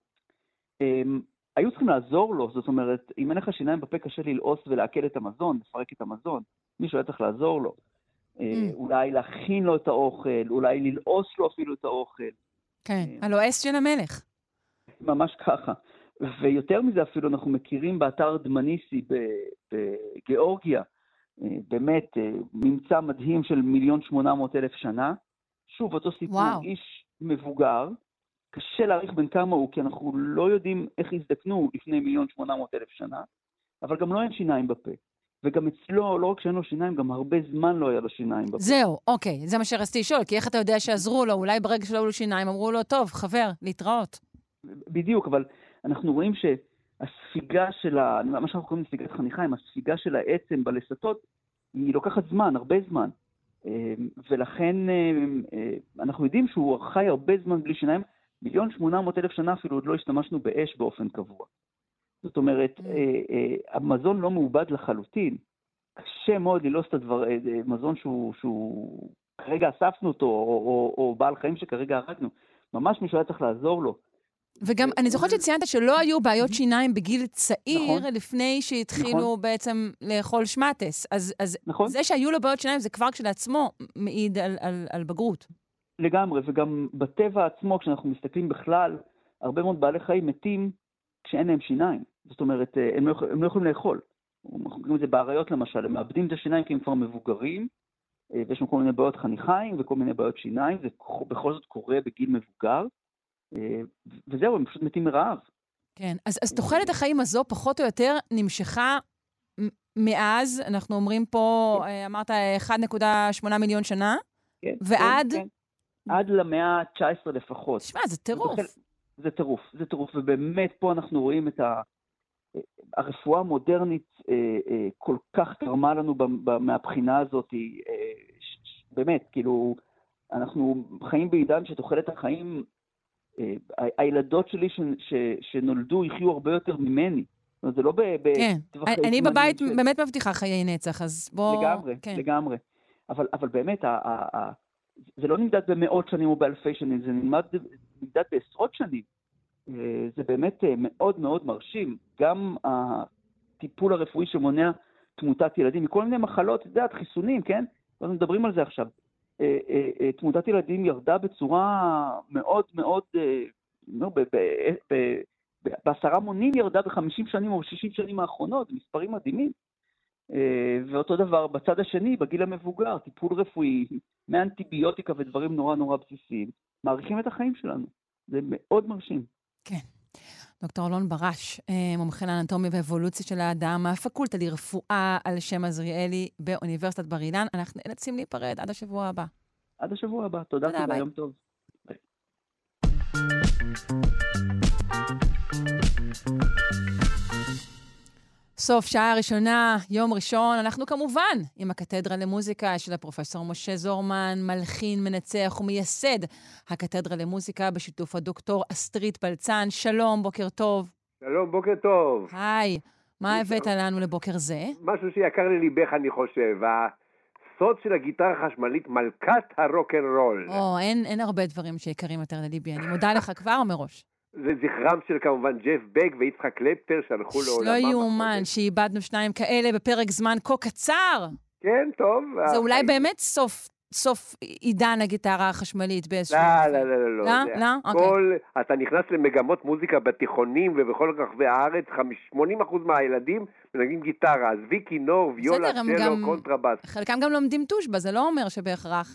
היו צריכים לעזור לו, זאת אומרת, אם אין לך שיניים בפה קשה ללעוס ולעכל את המזון, לפרק את המזון, מישהו היה צריך לעזור לו. אולי להכין לו את האוכל, אולי ללעוס לו אפילו את האוכל. כן, הלועס של המלך. ממש ככה. ויותר מזה אפילו אנחנו מכירים באתר דמניסי בגיאורגיה, באמת ממצא מדהים של 1,800,000 שנה. שוב, אותו סיפור, איש מבוגר, קשה להעריך בין כמה הוא, כי אנחנו לא יודעים איך הזדקנו לפני 1,800,000 שנה, אבל גם לא אין שיניים בפה. וגם אצלו, לא רק שאין לו שיניים, גם הרבה זמן לא היה לו שיניים בפה. זהו, אוקיי, זה מה שרציתי לשאול, כי איך אתה יודע שעזרו לו? אולי ברגע שלא היו לו שיניים, אמרו לו, טוב, חבר, להתראות. בדיוק, אבל אנחנו רואים שהספיגה של מה שאנחנו קוראים לספיגת חניכיים, הספיגה של העצם בלסתות, היא לוקחת זמן, הרבה זמן. ולכן אנחנו יודעים שהוא חי הרבה זמן בלי שיניים, 1,800,000 שנה אפילו עוד לא השתמשנו באש באופן קבוע. זאת אומרת, המזון לא מעובד לחלוטין. קשה מאוד ללעוס את מזון שהוא כרגע אספנו אותו, או בעל חיים שכרגע הרגנו. ממש מישהו היה צריך לעזור לו. וגם אני זוכרת שציינת שלא היו בעיות שיניים בגיל צעיר, לפני שהתחילו בעצם לאכול שמטס. אז זה שהיו לו בעיות שיניים זה כבר כשלעצמו מעיד על בגרות. לגמרי, וגם בטבע עצמו, כשאנחנו מסתכלים בכלל, הרבה מאוד בעלי חיים מתים כשאין להם שיניים. זאת אומרת, הם לא יכולים לאכול. אנחנו קוראים את זה באריות למשל, הם מאבדים את השיניים כי הם כבר מבוגרים, ויש לנו כל מיני בעיות חניכיים וכל מיני בעיות שיניים, זה בכל זאת קורה בגיל מבוגר, וזהו, הם פשוט מתים מרעב. כן, אז תוחלת החיים הזו פחות או יותר נמשכה מאז, אנחנו אומרים פה, אמרת 1.8 מיליון שנה, ועד? עד למאה ה-19 לפחות. שמע, זה טירוף. זה טירוף, ובאמת פה אנחנו רואים את הרפואה המודרנית כל כך תרמה לנו מהבחינה הזאת, באמת, כאילו, אנחנו חיים בעידן שתוחלת החיים, הילדות שלי שנולדו יחיו הרבה יותר ממני, זה לא כן, אני בבית באמת מבטיחה חיי נצח, אז בוא... לגמרי. אבל באמת, זה לא נמדד במאות שנים או באלפי שנים, זה נמדד בעשרות שנים. זה באמת מאוד מאוד מרשים. גם הטיפול הרפואי שמונע תמותת ילדים, מכל מיני מחלות, אתה יודע, חיסונים, כן? אנחנו מדברים על זה עכשיו. תמותת ילדים ירדה בצורה מאוד מאוד, ב10 מונים ירדה ב50 שנים או 60 שנים האחרונות, מספרים מדהימים. ואותו דבר בצד השני, בגיל המבוגר, טיפול רפואי, מאנטיביוטיקה ודברים נורא נורא בסיסיים, מעריכים את החיים שלנו. זה מאוד מרשים. כן. דוקטור אלון ברש, מומחה לאנטומיה ואבולוציה של האדם, מהפקולטה לרפואה על שם עזריאלי באוניברסיטת בר אילן. אנחנו נאלצים להיפרד עד השבוע הבא. עד השבוע הבא. תודה, יום טוב. סוף שעה ראשונה, יום ראשון, אנחנו כמובן עם הקתדרה למוזיקה של הפרופסור משה זורמן, מלחין, מנצח ומייסד הקתדרה למוזיקה בשיתוף הדוקטור אסטרית פלצן. שלום, בוקר טוב. שלום, בוקר טוב. היי, מה הבאת לנו לבוקר זה? משהו שיקר לליבך, אני חושב. הסוד של הגיטרה החשמלית, מלכת הרוק'נ'רול. אין הרבה דברים שיקרים יותר לליבי, אני מודה לך כבר מראש. זה זכרם של כמובן ג'ף בק ויצחק קלפטר שהלכו לעולמם. לא יאומן שאיבדנו שניים כאלה בפרק זמן כה קצר. כן, טוב. זה אולי באמת סוף עידן הגיטרה החשמלית באיזשהו... לא. אתה נכנס למגמות מוזיקה בתיכונים ובכל רחבי הארץ, 80% מהילדים מנגנים גיטרה, אז ויקי נור, ויולה, צ'לו, קונטרבאס. חלקם גם לומדים טושבה, זה לא אומר שבהכרח...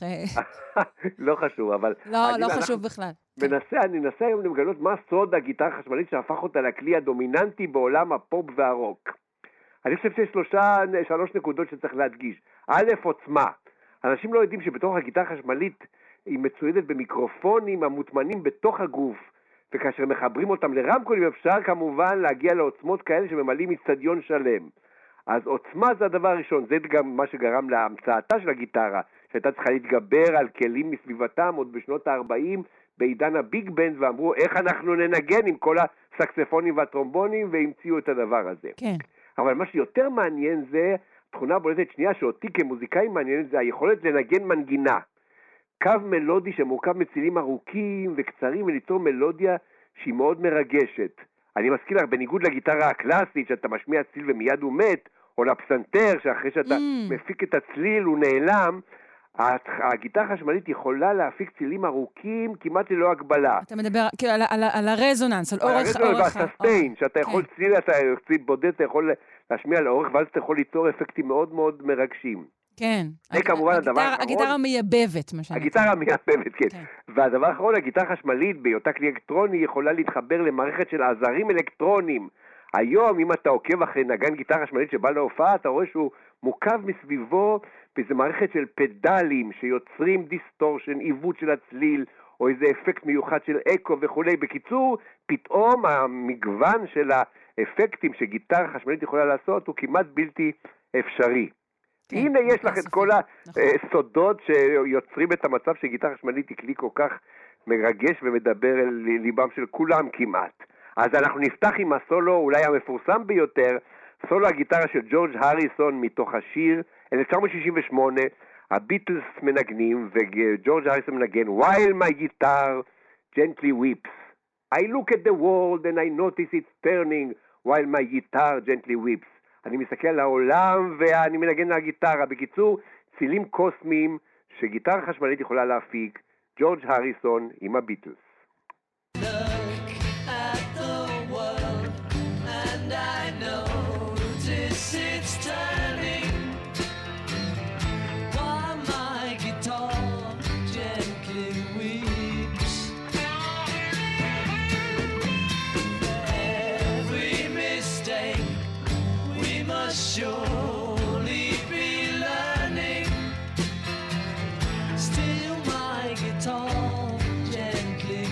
לא חשוב, אבל... לא חשוב בכלל. אני אנסה היום לגלות מה סוד הגיטרה החשמלית שהפך אותה לכלי הדומיננטי בעולם הפופ והרוק. אני חושב שיש 3 נקודות שצריך להדגיש. א', עוצמה. אנשים לא יודעים שבתוך הגיטרה החשמלית היא מצוידת במיקרופונים המוטמנים בתוך הגוף, וכאשר מחברים אותם לרמקולים אפשר כמובן להגיע לעוצמות כאלה שממלאים אצטדיון שלם. אז עוצמה זה הדבר הראשון, זה גם מה שגרם להמצאתה של הגיטרה, שהייתה צריכה להתגבר על כלים מסביבתם עוד בשנות ה-40 בעידן הביג בנד, ואמרו איך אנחנו ננגן עם כל הסקספונים והטרומבונים, והמציאו את הדבר הזה. כן. אבל מה שיותר מעניין זה, תכונה בולטת שנייה שאותי כמוזיקאי מעניינת, זה היכולת לנגן מנגינה. קו מלודי שמורכב מצילים ארוכים וקצרים, וליצור מלודיה שהיא מאוד מרגשת. אני מזכיר לך, בניגוד לגיטרה הקלאסית, שאתה משמיע ציל ומיד הוא מת, או לפסנתר, שאחרי שאתה מפיק את הצליל הוא נעלם, הגיטרה החשמלית יכולה להפיק צילים ארוכים כמעט ללא הגבלה. אתה מדבר על הרזוננס, על אורך... והססטיין, שאתה יכול ציל, אתה ציל בודד, אתה יכול להשמיע לאורך, ואז אתה יכול ליצור אפקטים מאוד מאוד מרגשים. כן. זה כמובן הדבר האחרון. הגיטרה מייבבת, מה שאני... הגיטרה מייבבת, כן. והדבר האחרון, הגיטרה החשמלית, בהיותה כלי אלקטרוני, יכולה להתחבר למערכת של עזרים אלקטרוניים. היום, אם אתה עוקב אחרי נגן גיטרה חשמלית שבא להופעה, אתה רואה שהוא מוקף מסביבו באיזו מערכת של פדלים שיוצרים דיסטורשן, עיוות של הצליל, או איזה אפקט מיוחד של אקו וכולי. בקיצור, פתאום המגוון של האפקטים שגיטרה חשמלית יכולה לעשות הוא כמעט בלתי אפשרי. כן, הנה יש לך את כל הסודות שיוצרים את המצב שגיטרה חשמלית היא כלי כל כך מרגש ומדבר אל ליבם של כולם כמעט. אז אנחנו נפתח עם הסולו אולי המפורסם ביותר, סולו הגיטרה של ג'ורג' הריסון מתוך השיר 1968, הביטלס מנגנים וג'ורג' הריסון מנגן While my guitar gently weeps. I look at the world and I notice it's turning while my guitar gently weeps. אני מסתכל על העולם ואני מנגן על הגיטרה. בקיצור, צילים קוסמיים שגיטרה חשמלית יכולה להפיק, ג'ורג' הריסון עם הביטלס. Surely be learning. Still my guitar gently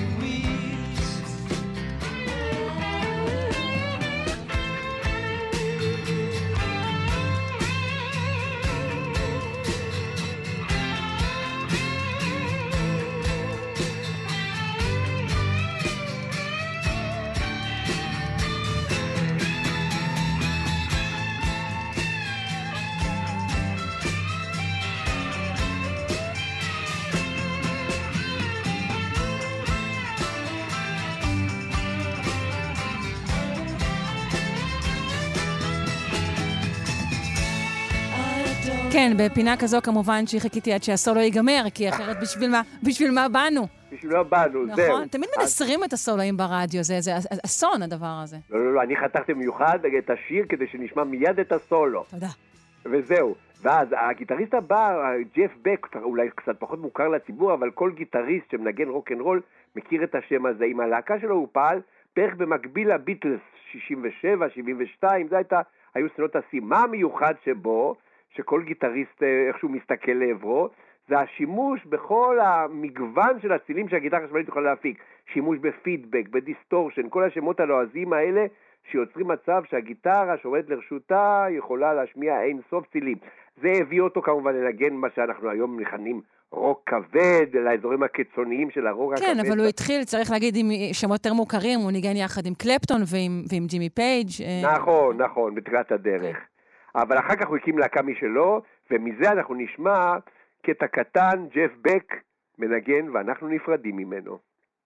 כן, בפינה כזו כמובן שחיכיתי עד שהסולו ייגמר, כי אחרת בשביל מה באנו? בשביל מה באנו, זהו. נכון, תמיד מנסרים את הסולואים ברדיו, זה אסון הדבר הזה. לא, אני חתכתי במיוחד את השיר כדי שנשמע מיד את הסולו. תודה. וזהו. ואז הגיטריסט הבא, ג'ף בק, אולי קצת פחות מוכר לציבור, אבל כל גיטריסט שמנגן רוק'נ'רול מכיר את השם הזה. עם הלהקה שלו הוא פעל בערך במקביל לביטלס, 67, 72, זה היו סצנות השיא. מה המיוחד שבו, שכל גיטריסט איכשהו מסתכל לעברו, זה השימוש בכל המגוון של הצילים שהגיטרה החשמלית יכולה להפיק. שימוש בפידבק, בדיסטורשן, כל השמות הלועזיים האלה שיוצרים מצב שהגיטרה שעומדת לרשותה יכולה להשמיע אין סוף צילים. זה הביא אותו כמובן לנגן מה שאנחנו היום מכנים רוק כבד, לאזורים הקיצוניים של הרוק הכבד. כן, אבל הוא התחיל, צריך להגיד, עם שמות יותר מוכרים, הוא ניגן יחד עם קלפטון ועם ג'ימי פייג'. נכון, בתחילת הדרך. אבל אחר כך הוא הקים להקה משלו, ומזה אנחנו נשמע קטע קטן, ג'ף בק מנגן, ואנחנו נפרדים ממנו.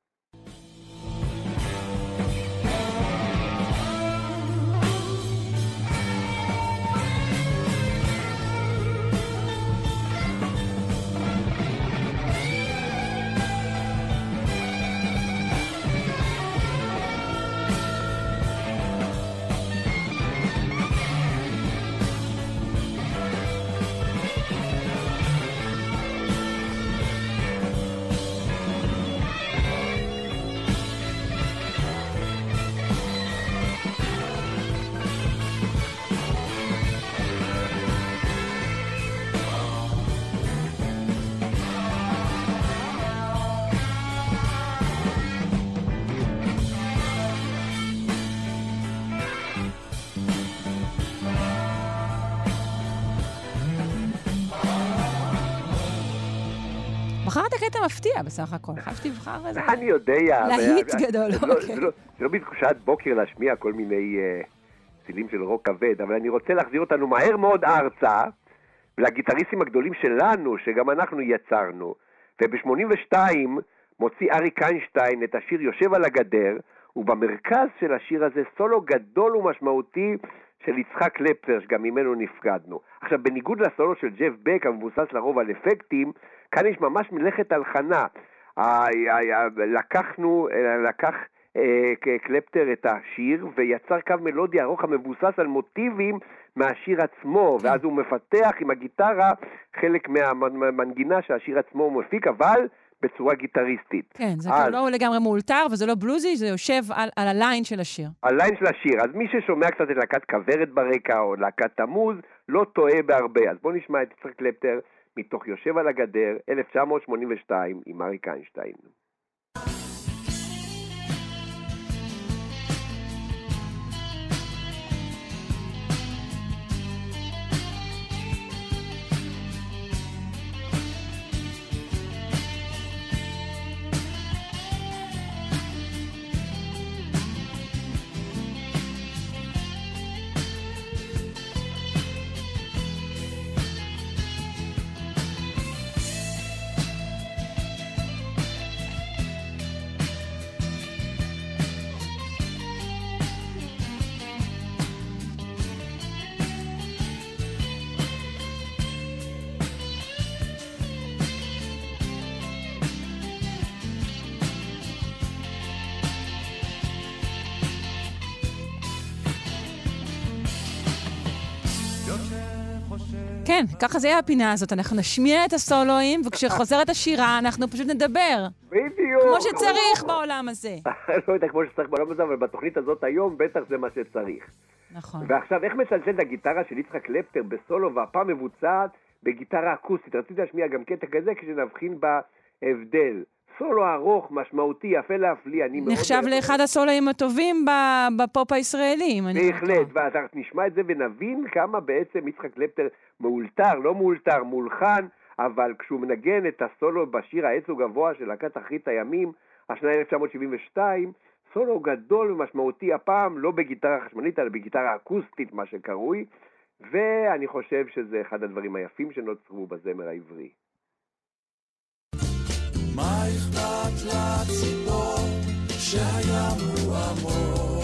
בחרת קטע מפתיע בסך הכל, חייב שתבחר איזה... אני יודע. להיט גדול, אוקיי. זה לא בתחושת בוקר להשמיע כל מיני צילים של רוק כבד, אבל אני רוצה להחזיר אותנו מהר מאוד ארצה, ולגיטריסטים הגדולים שלנו, שגם אנחנו יצרנו. וב-82 מוציא אריק איינשטיין את השיר יושב על הגדר, ובמרכז של השיר הזה סולו גדול ומשמעותי של יצחק קלפטר, שגם ממנו נפקדנו. עכשיו, בניגוד לסולו של ג'ף בק, המבוסס לרוב על אפקטים, כאן יש ממש מלאכת הלחנה. לקח קלפטר את השיר ויצר קו מלודי ארוך המבוסס על מוטיבים מהשיר עצמו, ואז הוא מפתח עם הגיטרה חלק מהמנגינה שהשיר עצמו מפיק, אבל בצורה גיטריסטית. כן, זה לא לגמרי מאולתר וזה לא בלוזי, זה יושב על הליין של השיר. הליין של השיר, אז מי ששומע קצת את להקת כוורת ברקע או להקת תמוז, לא טועה בהרבה. אז בואו נשמע את יצחק קלפטר מתוך יושב על הגדר, 1982, עם אריק איינשטיין. כן, ככה זה יהיה הפינה הזאת. אנחנו נשמיע את הסולואים, וכשחוזרת השירה אנחנו פשוט נדבר. בדיוק. כמו שצריך בעולם הזה. לא יודע כמו שצריך בעולם הזה, אבל בתוכנית הזאת היום בטח זה מה שצריך. נכון. ועכשיו, איך מצלצלת הגיטרה של יצחק קלפטר בסולו, והפעם מבוצעת בגיטרה אקוסטית? רציתי להשמיע גם קטע כזה כשנבחין בהבדל. סולו ארוך, משמעותי, יפה להפליא. נחשב לאחד הסולואים הטובים בפופ הישראלי. בהחלט, ואז נשמע את זה ונבין כמה בעצם יצחק קלפטר מאולתר, לא מאולתר, מולחן, אבל כשהוא מנגן את הסולו בשיר העץ הגבוה של להקת אחרית הימים, השנה 1972, סולו גדול ומשמעותי הפעם, לא בגיטרה חשמלית, אלא בגיטרה אקוסטית, מה שקרוי, ואני חושב שזה אחד הדברים היפים שנוצרו בזמר העברי. מה אכפת לציפור שהים הוא עמוק?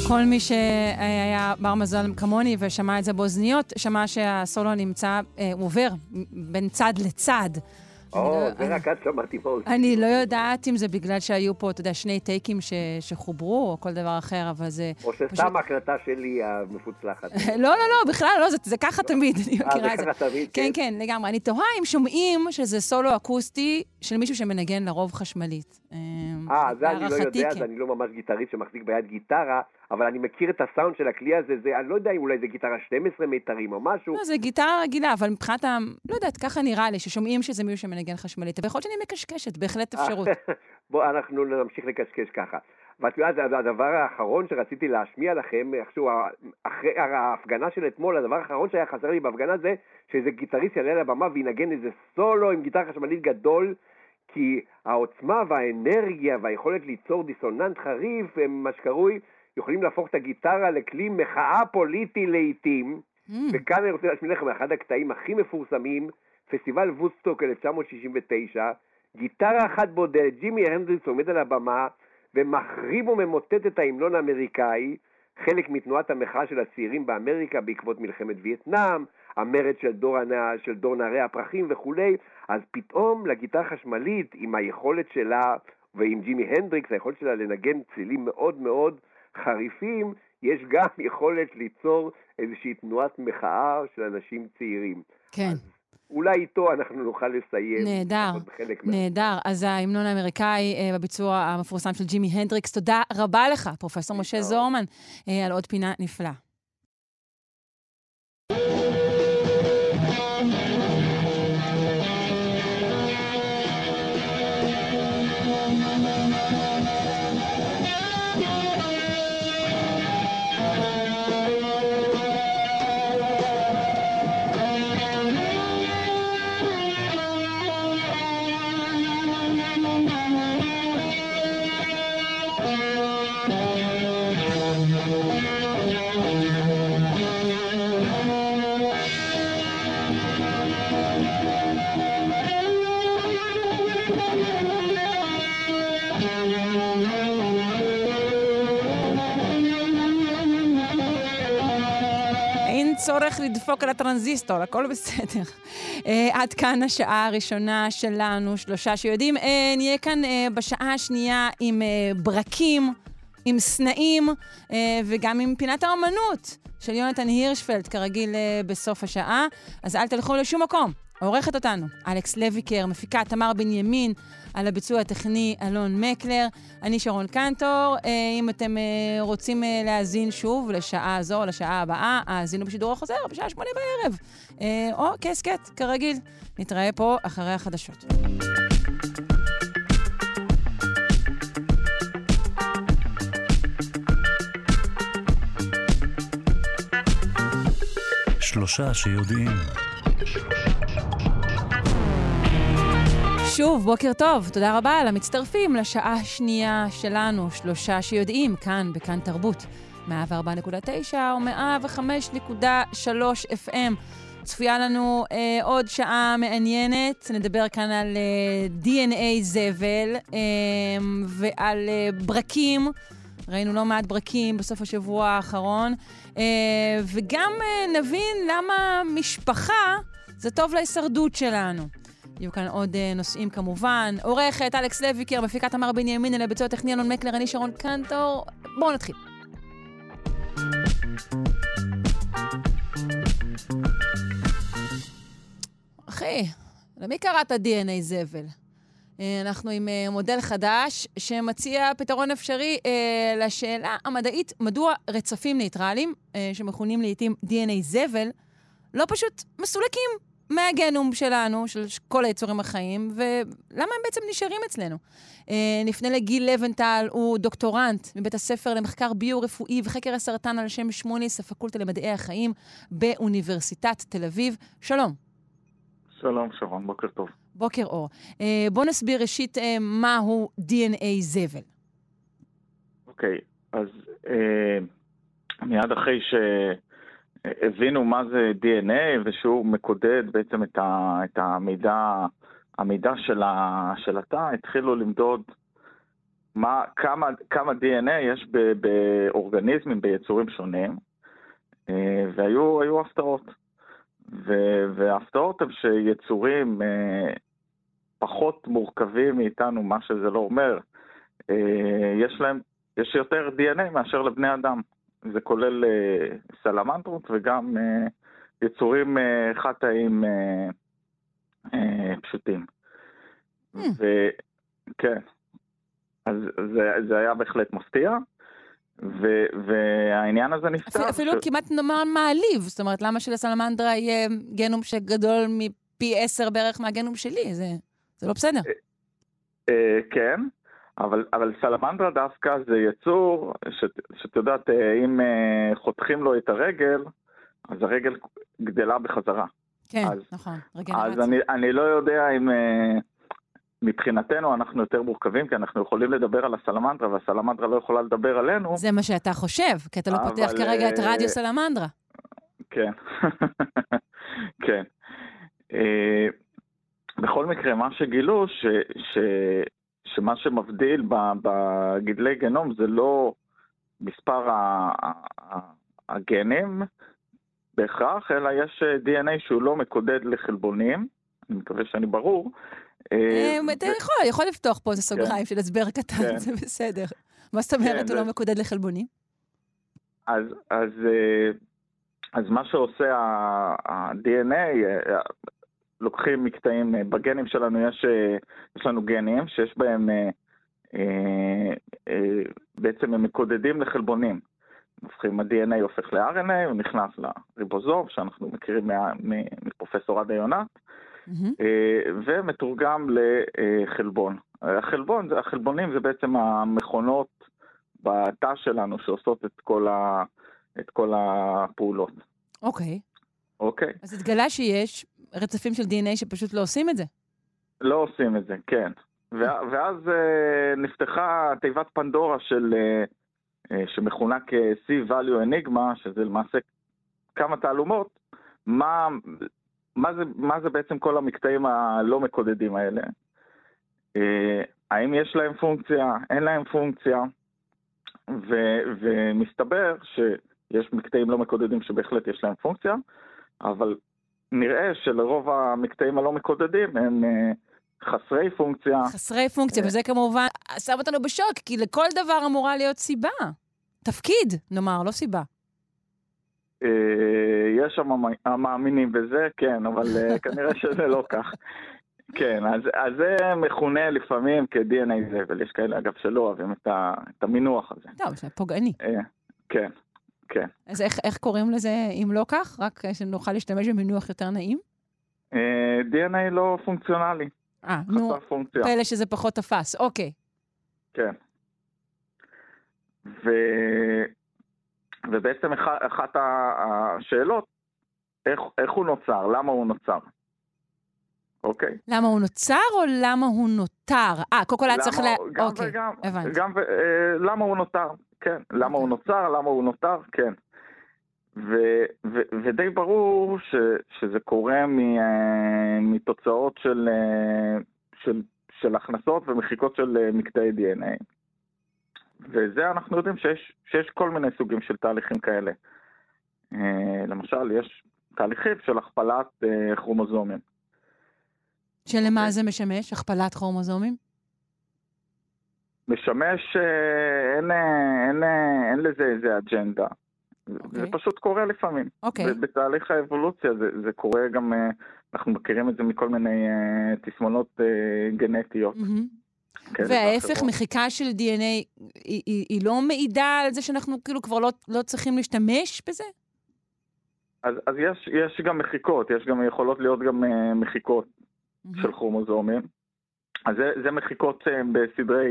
כל מי שהיה בר מזל כמוני ושמע את זה באוזניות, שמע שהסולו נמצא, הוא עובר בין צד לצד. זה רק את שמעתי באוזניות. אני לא יודעת אם זה בגלל שהיו פה, אתה יודע, שני טייקים שחוברו, או כל דבר אחר, אבל זה... או שסתם הקלטה שלי המפוצלחת. לא, בכלל לא, זה ככה תמיד, אני מכירה את זה. זה ככה תמיד, כן, כן, לגמרי. אני תוהה אם שומעים שזה סולו אקוסטי של מישהו שמנגן לרוב חשמלית. זה אני לא יודע, אז אני לא ממש גיטריסט שמחזיק ביד גיטרה, אבל אני מכיר את הסאונד של הכלי הזה, אני לא יודע אם אולי זה גיטרה 12 מיתרים או משהו. לא, זה גיטרה רגילה, אבל מבחינת לא יודעת, ככה נראה לי, ששומעים שזה מישהו שמנגן חשמלית, אבל יכול להיות שאני מקשקשת, בהחלט אפשרות. בוא, אנחנו נמשיך לקשקש ככה. ואת יודעת, הדבר האחרון שרציתי להשמיע לכם, איכשהו, אחרי ההפגנה של אתמול, הדבר האחרון שהיה חסר לי בהפגנה זה, שאיזה גיטריסט יעלה לבמה וינגן איזה סולו עם גיטרה חשמלית גדול, כי העוצמה והאנרגיה והיכולת ליצור דיסוננט חריף, מה שקרוי, יכולים להפוך את הגיטרה לכלי מחאה פוליטי לעתים, וכאן אני רוצה להשמיע לכם אחד הקטעים הכי מפורסמים, פסטיבל וודסטוק 1969, גיטרה אחת בודד, ג'ימי הנדריקס עומד על הבמה, ומחריב וממוטט את ההמנון האמריקאי, חלק מתנועת המחאה של הצעירים באמריקה בעקבות מלחמת וייטנאם, המרד של דור נערי הפרחים וכולי, אז פתאום לגיטרה חשמלית עם היכולת שלה, ועם ג'ימי הנדריקס, היכולת שלה לנגן צלילים מאוד מאוד חריפים, יש גם יכולת ליצור איזושהי תנועת מחאה של אנשים צעירים. כן. אז אולי איתו אנחנו נוכל לסיים. נהדר. אז ההמנון האמריקאי בביצוע המפורסם של ג'ימי הנדריקס. תודה רבה לך, פרופסור משה זורמן, על עוד פינה נפלאה. צורך לדפוק על הטרנזיסטור, הכל בסדר. עד כאן השעה הראשונה שלנו, 3 שיודעים. נהיה כאן בשעה השנייה עם ברקים, עם סנאים, וגם עם פינת האומנות של יונתן הירשפלד, כרגיל בסוף השעה. אז אל תלכו לשום מקום. עורכת אותנו אלכס לויקר, מפיקה תמר בנימין, על הביצוע הטכני אלון מקלר. אני שרון קנטור. אם אתם רוצים להאזין שוב לשעה הזו או לשעה הבאה, האזינו בשידור החוזר בשעה 8 בערב. או כסקט, כרגיל. נתראה פה אחרי החדשות. שלושה שיודעים. שוב, בוקר טוב. תודה רבה למצטרפים לשעה השנייה שלנו, 3 שיודעים, כאן בכאן תרבות, 104.9 או 105.3 FM. צפויה לנו עוד שעה מעניינת. נדבר כאן על DNA זבל ועל ברקים. ראינו לא מעט ברקים בסוף השבוע האחרון. וגם נבין למה משפחה זה טוב להישרדות שלנו. יהיו כאן עוד נושאים כמובן. עורכת אלכס לויקר, מפיקת תמר בנימין, אל הביצוע הטכני אלון מקלר, אני שרון קנטור. בואו נתחיל. אחי, למי קראת DNA זבל? אנחנו עם מודל חדש שמציע פתרון אפשרי לשאלה המדעית, מדוע רצפים ניטרליים, שמכונים לעתים DNA זבל, לא פשוט מסולקים מהגנום שלנו, של כל היצורים החיים, ולמה הם בעצם נשארים אצלנו? נפנה לגיל לבנטל, הוא דוקטורנט מבית הספר למחקר ביו-רפואי וחקר הסרטן על שם שמוניס, הפקולטה למדעי החיים באוניברסיטת תל אביב. שלום. שלום, שרון, בוקר טוב. בוקר אור. בוא נסביר ראשית מהו DNA זבל. אוקיי, אז מיד אחרי שהבינו מה זה DNA ושהוא מקודד בעצם את המידע של התא, התחילו למדוד כמה DNA יש באורגניזמים, ביצורים שונים, והיו הפתעות. וההפתעות הם שיצורים פחות מורכבים מאיתנו, מה שזה לא אומר, יש יותר DNA מאשר לבני אדם. זה כולל סלמנדרות וגם יצורים חטאים פשוטים. וכן, אז זה היה בהחלט מפתיע, והעניין הזה נפתר. אפילו כמעט נאמר מעליב, זאת אומרת, למה שלסלמנדרה יהיה גנום שגדול מפי 10 בערך מהגנום שלי? זה לא בסדר. כן. אבל סלמנדרה דווקא זה יצור, שאת יודעת, אם חותכים לו את הרגל, אז הרגל גדלה בחזרה. כן, אז, נכון. אז אני לא יודע אם מבחינתנו אנחנו יותר מורכבים, כי אנחנו יכולים לדבר על הסלמנדרה, והסלמנדרה לא יכולה לדבר עלינו. זה מה שאתה חושב, כי אתה לא פותח כרגע את רדיו סלמנדרה. כן. כן. בכל מקרה, מה שגילו, שמה שמבדיל בגדלי גנום זה לא מספר הגנים בהכרח, אלא יש DNA שהוא לא מקודד לחלבונים, אני מקווה שאני ברור. אתה יכול לפתוח פה איזה סוגריים של הסבר קטן, זה בסדר. מה זאת אומרת הוא לא מקודד לחלבונים? אז מה שעושה ה-DNA, לוקחים מקטעים, בגנים שלנו יש לנו גנים שיש בהם, בעצם הם מקודדים לחלבונים. ה-DNA הופך ל-RNA, הוא נכנס לריבוזום, שאנחנו מכירים מפרופסור עדה יונת, ומתורגם לחלבון. החלבונים זה בעצם המכונות בתא שלנו שעושות את כל הפעולות. אוקיי. אז התגלה שיש רצפים של DNA שפשוט לא עושים את זה. לא עושים את זה, כן. ואז נפתחה תיבת פנדורה שמכונה כ-C-Value Enigma, שזה למעשה כמה תעלומות, מה זה בעצם כל המקטעים הלא מקודדים האלה? האם יש להם פונקציה? אין להם פונקציה? ומסתבר שיש מקטעים לא מקודדים שבהחלט יש להם פונקציה, אבל נראה שלרוב המקטעים הלא מקודדים הם חסרי פונקציה. חסרי פונקציה, וזה כמובן שם אותנו בשוק, כי לכל דבר אמורה להיות סיבה. תפקיד, נאמר, לא סיבה. יש שם המאמינים בזה, כן, אבל כנראה שזה לא כך. כן, אז זה מכונה לפעמים כ-DNA זבל, יש כאלה אגב שלא אוהבים את המינוח הזה. טוב, זה פוגעני. כן, כן. אז איך קוראים לזה אם לא כך? רק שנוכל להשתמש במינוח יותר נעים? DNA לא פונקציונלי. נו, פלא שזה פחות תפס, אוקיי. כן. ובעצם אחת השאלות, איך הוא נוצר? למה הוא נוצר? אוקיי. למה הוא נוצר או למה הוא נותר? קודם כל היה צריך אוקיי, גם למה הוא נותר? כן. למה הוא נוצר? למה הוא נותר? כן. ודי ברור שזה קורה מתוצאות של הכנסות ומחיקות של מקטעי DNA. וזה אנחנו יודעים שיש כל מיני סוגים של תהליכים כאלה. למשל, יש תהליכים של הכפלת כרומוזומים. שלמה זה משמש? הכפלת כרומוזומים? משמש, אין לזה איזה אג'נדה. זה פשוט קורה לפעמים. בתהליך האבולוציה זה קורה גם, אנחנו מכירים את זה מכל מיני תסמונות גנטיות. וההפך, מחיקה של DNA, היא לא מעידה על זה שאנחנו כאילו כבר לא צריכים להשתמש בזה? אז יש גם מחיקות, יכולות להיות גם מחיקות של כרומוזומים. אז זה מחיקות בסדרי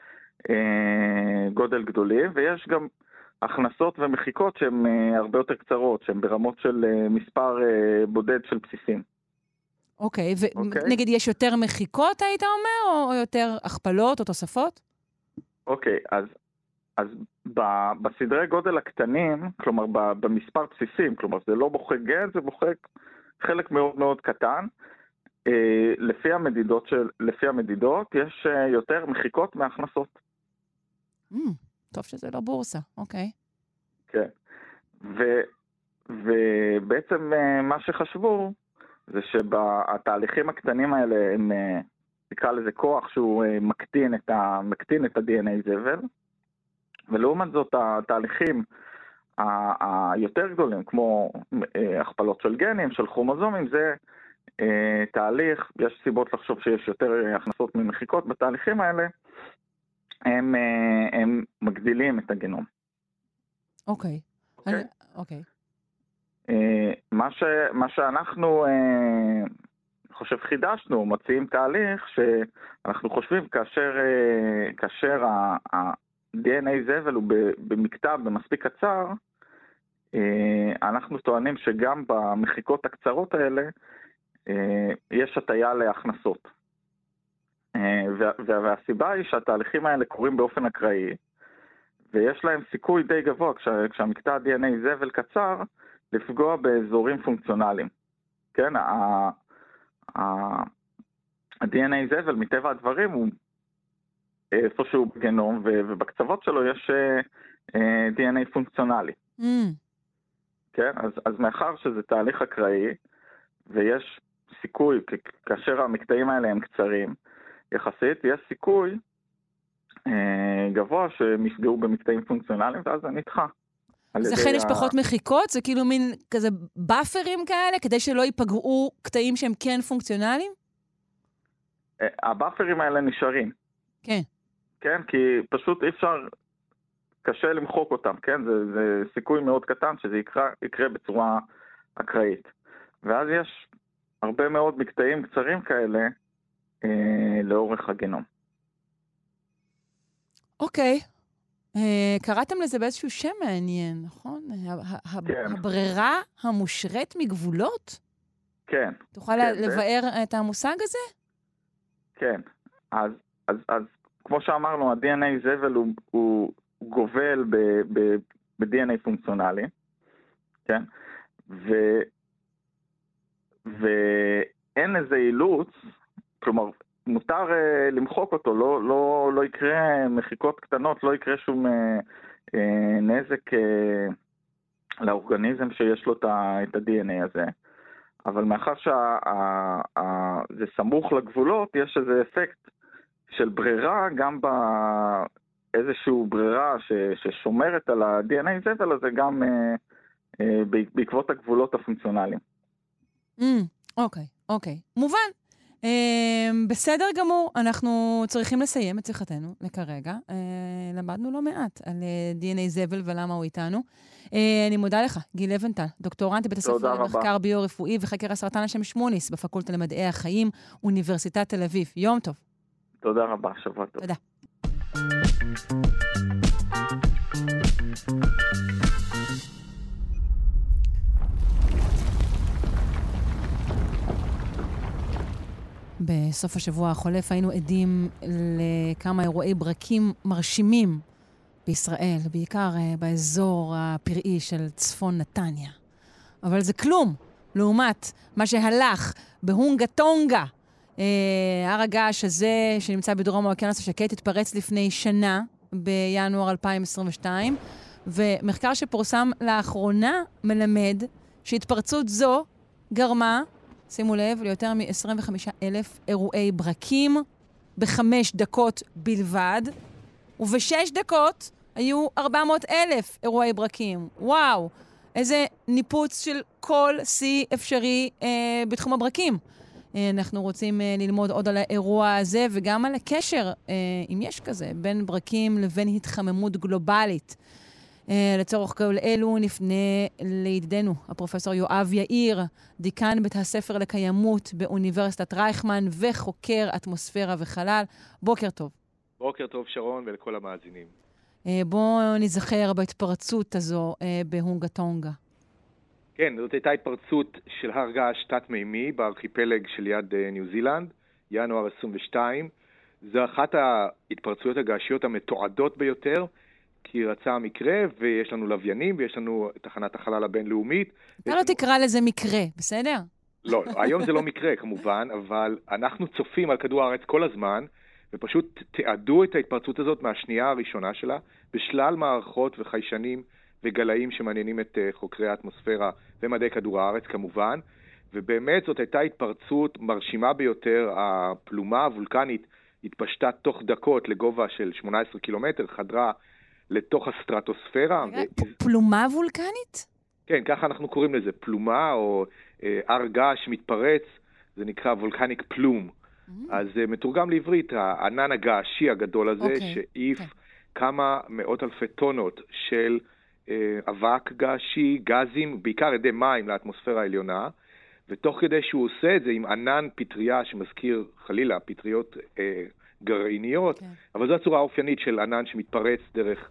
גודל גדולים, ויש גם הכנסות ומחיקות שהן הרבה יותר קצרות, שהן ברמות של מספר בודד של בסיסים. אוקיי, ונגיד יש יותר מחיקות, היית אומר, או יותר הכפלות או תוספות? אוקיי, אז בסדרי גודל הקטנים, כלומר במספר בסיסים, כלומר זה לא בוחק גן, זה בוחק חלק מאוד מאוד קטן, לפי המדידות יש יותר מחיקות מהכנסות. טוב שזה לא בורסה, אוקיי. כן. ובעצם מה שחשבו, זה שבתהליכים הקטנים האלה, הם נקרא לזה כוח שהוא מקטין את ה-DNA זבל, ולעומת זאת התהליכים היותר גדולים, כמו הכפלות של גנים, של כרומוזומים, זה תהליך, יש סיבות לחשוב שיש יותר הכנסות ממחיקות בתהליכים האלה, הם מגדילים את הגנום. אוקיי. אוקיי. מה שאנחנו חושב חידשנו, מציעים תהליך שאנחנו חושבים כאשר ה-DNA זבל הוא במקטע במספיק קצר, אנחנו טוענים שגם במחיקות הקצרות האלה יש הטיה להכנסות. והסיבה היא שהתהליכים האלה קורים באופן אקראי, ויש להם סיכוי די גבוה כשהמקטע ה-DNA זבל קצר, לפגוע באזורים פונקציונליים. כן, ה-DNA זבל מטבע הדברים הוא איפשהו בגנום, ובקצוות שלו יש DNA פונקציונלי. כן, אז מאחר שזה תהליך אקראי, ויש סיכוי, כאשר המקטעים האלה הם קצרים, יחסית יש סיכוי גבוה שהם יפגעו במקטעים פונקציונליים, ואז זה נדחה. אז לכן יש פחות מחיקות? זה כאילו מין כזה באפרים כאלה, כדי שלא ייפגעו קטעים שהם כן פונקציונליים? הבאפרים האלה נשארים. כן. כן, כי פשוט אי אפשר, קשה למחוק אותם, כן? זה סיכוי מאוד קטן שזה יקרה בצורה אקראית. ואז יש הרבה מאוד מקטעים קצרים כאלה לאורך הגנום. אוקיי. קראתם לזה באיזשהו שם מעניין, נכון? כן. הברירה המושרת מגבולות? כן. תוכל לבאר את המושג הזה? כן. אז כמו שאמרנו, ה-DNA זבל הוא גובל ב-DNA פונקציונלי, כן? ואין איזה אילוץ, כלומר, מותר למחוק אותו, לא יקרה מחיקות קטנות, לא יקרה שום נזק לאורגניזם שיש לו את ה-DNA הזה. אבל מאחר שזה סמוך לגבולות, יש איזה אפקט של ברירה, גם באיזשהו ברירה ששומרת על ה-DNA זבל הזה, גם בעקבות הגבולות הפונקציונליים. אוקיי. מובן. בסדר גמור, אנחנו צריכים לסיים את שיחתנו לכרגע. למדנו לא מעט על DNA זבל ולמה הוא איתנו. אני מודה לך, גיל לבנטל, דוקטורנט בבית הספר למחקר ביו-רפואי וחקר הסרטן על שם שמוניס בפקולטה למדעי החיים, אוניברסיטת תל אביב. יום טוב. תודה רבה, שבוע טוב. תודה. בסוף השבוע החולף היינו עדים לכמה אירועי ברקים מרשימים בישראל, בעיקר באזור הפראי של צפון נתניה. אבל זה כלום, לעומת מה שהלך בהונגה טונגה. הר הגעש הזה שנמצא בדרום האוקיינוס השקט התפרץ לפני שנה, בינואר 2022, ומחקר שפורסם לאחרונה מלמד שהתפרצות זו גרמה, שימו לב, ליותר מ-25,000 אירועי ברקים ב5 דקות בלבד, וב6 דקות היו 400,000 אירועי ברקים. וואו, איזה ניפוץ של כל שיא אפשרי בתחום הברקים. אנחנו רוצים ללמוד עוד על האירוע הזה, וגם על הקשר, אם יש כזה, בין ברקים לבין התחממות גלובלית. לצורך כל אלו נפנה לידידנו, הפרופסור יואב יאיר, דיקן בית הספר לקיימות באוניברסיטת רייכמן וחוקר אטמוספירה וחלל. בוקר טוב. בוקר טוב שרון ולכל המאזינים. בואו נזכר בהתפרצות הזו בהונגה טונגה. כן, זאת הייתה התפרצות של הר געש תת-מימי בארכיפלג של יד ניו זילנד, ינואר 22. זו אחת ההתפרצויות הגעשיות המתועדות ביותר, כי רצה המקרה, ויש לנו לוויינים, ויש לנו תחנת החלל הבינלאומית. אתה לא תקרא לזה מקרה, בסדר? לא, היום זה לא מקרה כמובן, אבל אנחנו צופים על כדור הארץ כל הזמן, ופשוט תיעדו את ההתפרצות הזאת מהשנייה הראשונה שלה, בשלל מערכות וחיישנים וגלאים שמעניינים את חוקרי האטמוספירה ומדעי כדור הארץ כמובן, ובאמת זאת הייתה התפרצות מרשימה ביותר. הפלומה הוולקנית התפשטה תוך דקות לגובה של 18 קילומטר, חדרה לתוך הסטרטוספירה. פלומה וולקנית? כן, ככה אנחנו קוראים לזה, פלומה או הר געש מתפרץ, זה נקרא וולקניק פלום. אז זה מתורגם לעברית, הענן הגעשי הגדול הזה, שאיף כמה מאות אלפי טונות של אבק געשי, גזים, בעיקר ידי מים לאטמוספירה העליונה, ותוך כדי שהוא עושה את זה עם ענן פטריה שמזכיר חלילה פטריות גרעיניות, אבל זו הצורה האופיינית של ענן שמתפרץ דרך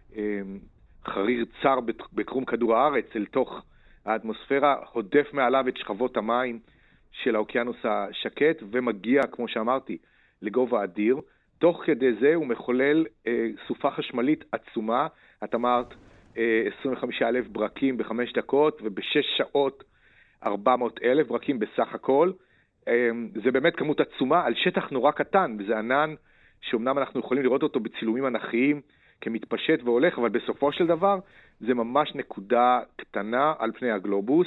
חריר צר בקרום כדור הארץ אל תוך האטמוספירה, הודף מעליו את שכבות המים של האוקיינוס השקט ומגיע, כמו שאמרתי, לגובה אדיר. תוך כדי זה הוא מחולל סופה חשמלית עצומה. את אמרת 25,000 ברקים ב5 דקות, וב6 שעות 400,000 ברקים בסך הכל. זה באמת כמות עצומה על שטח נורא קטן, וזה ענן שאומנם אנחנו יכולים לראות אותו בצילומים אנכיים כמתפשט והולך, אבל בסופו של דבר זה ממש נקודה קטנה על פני הגלובוס.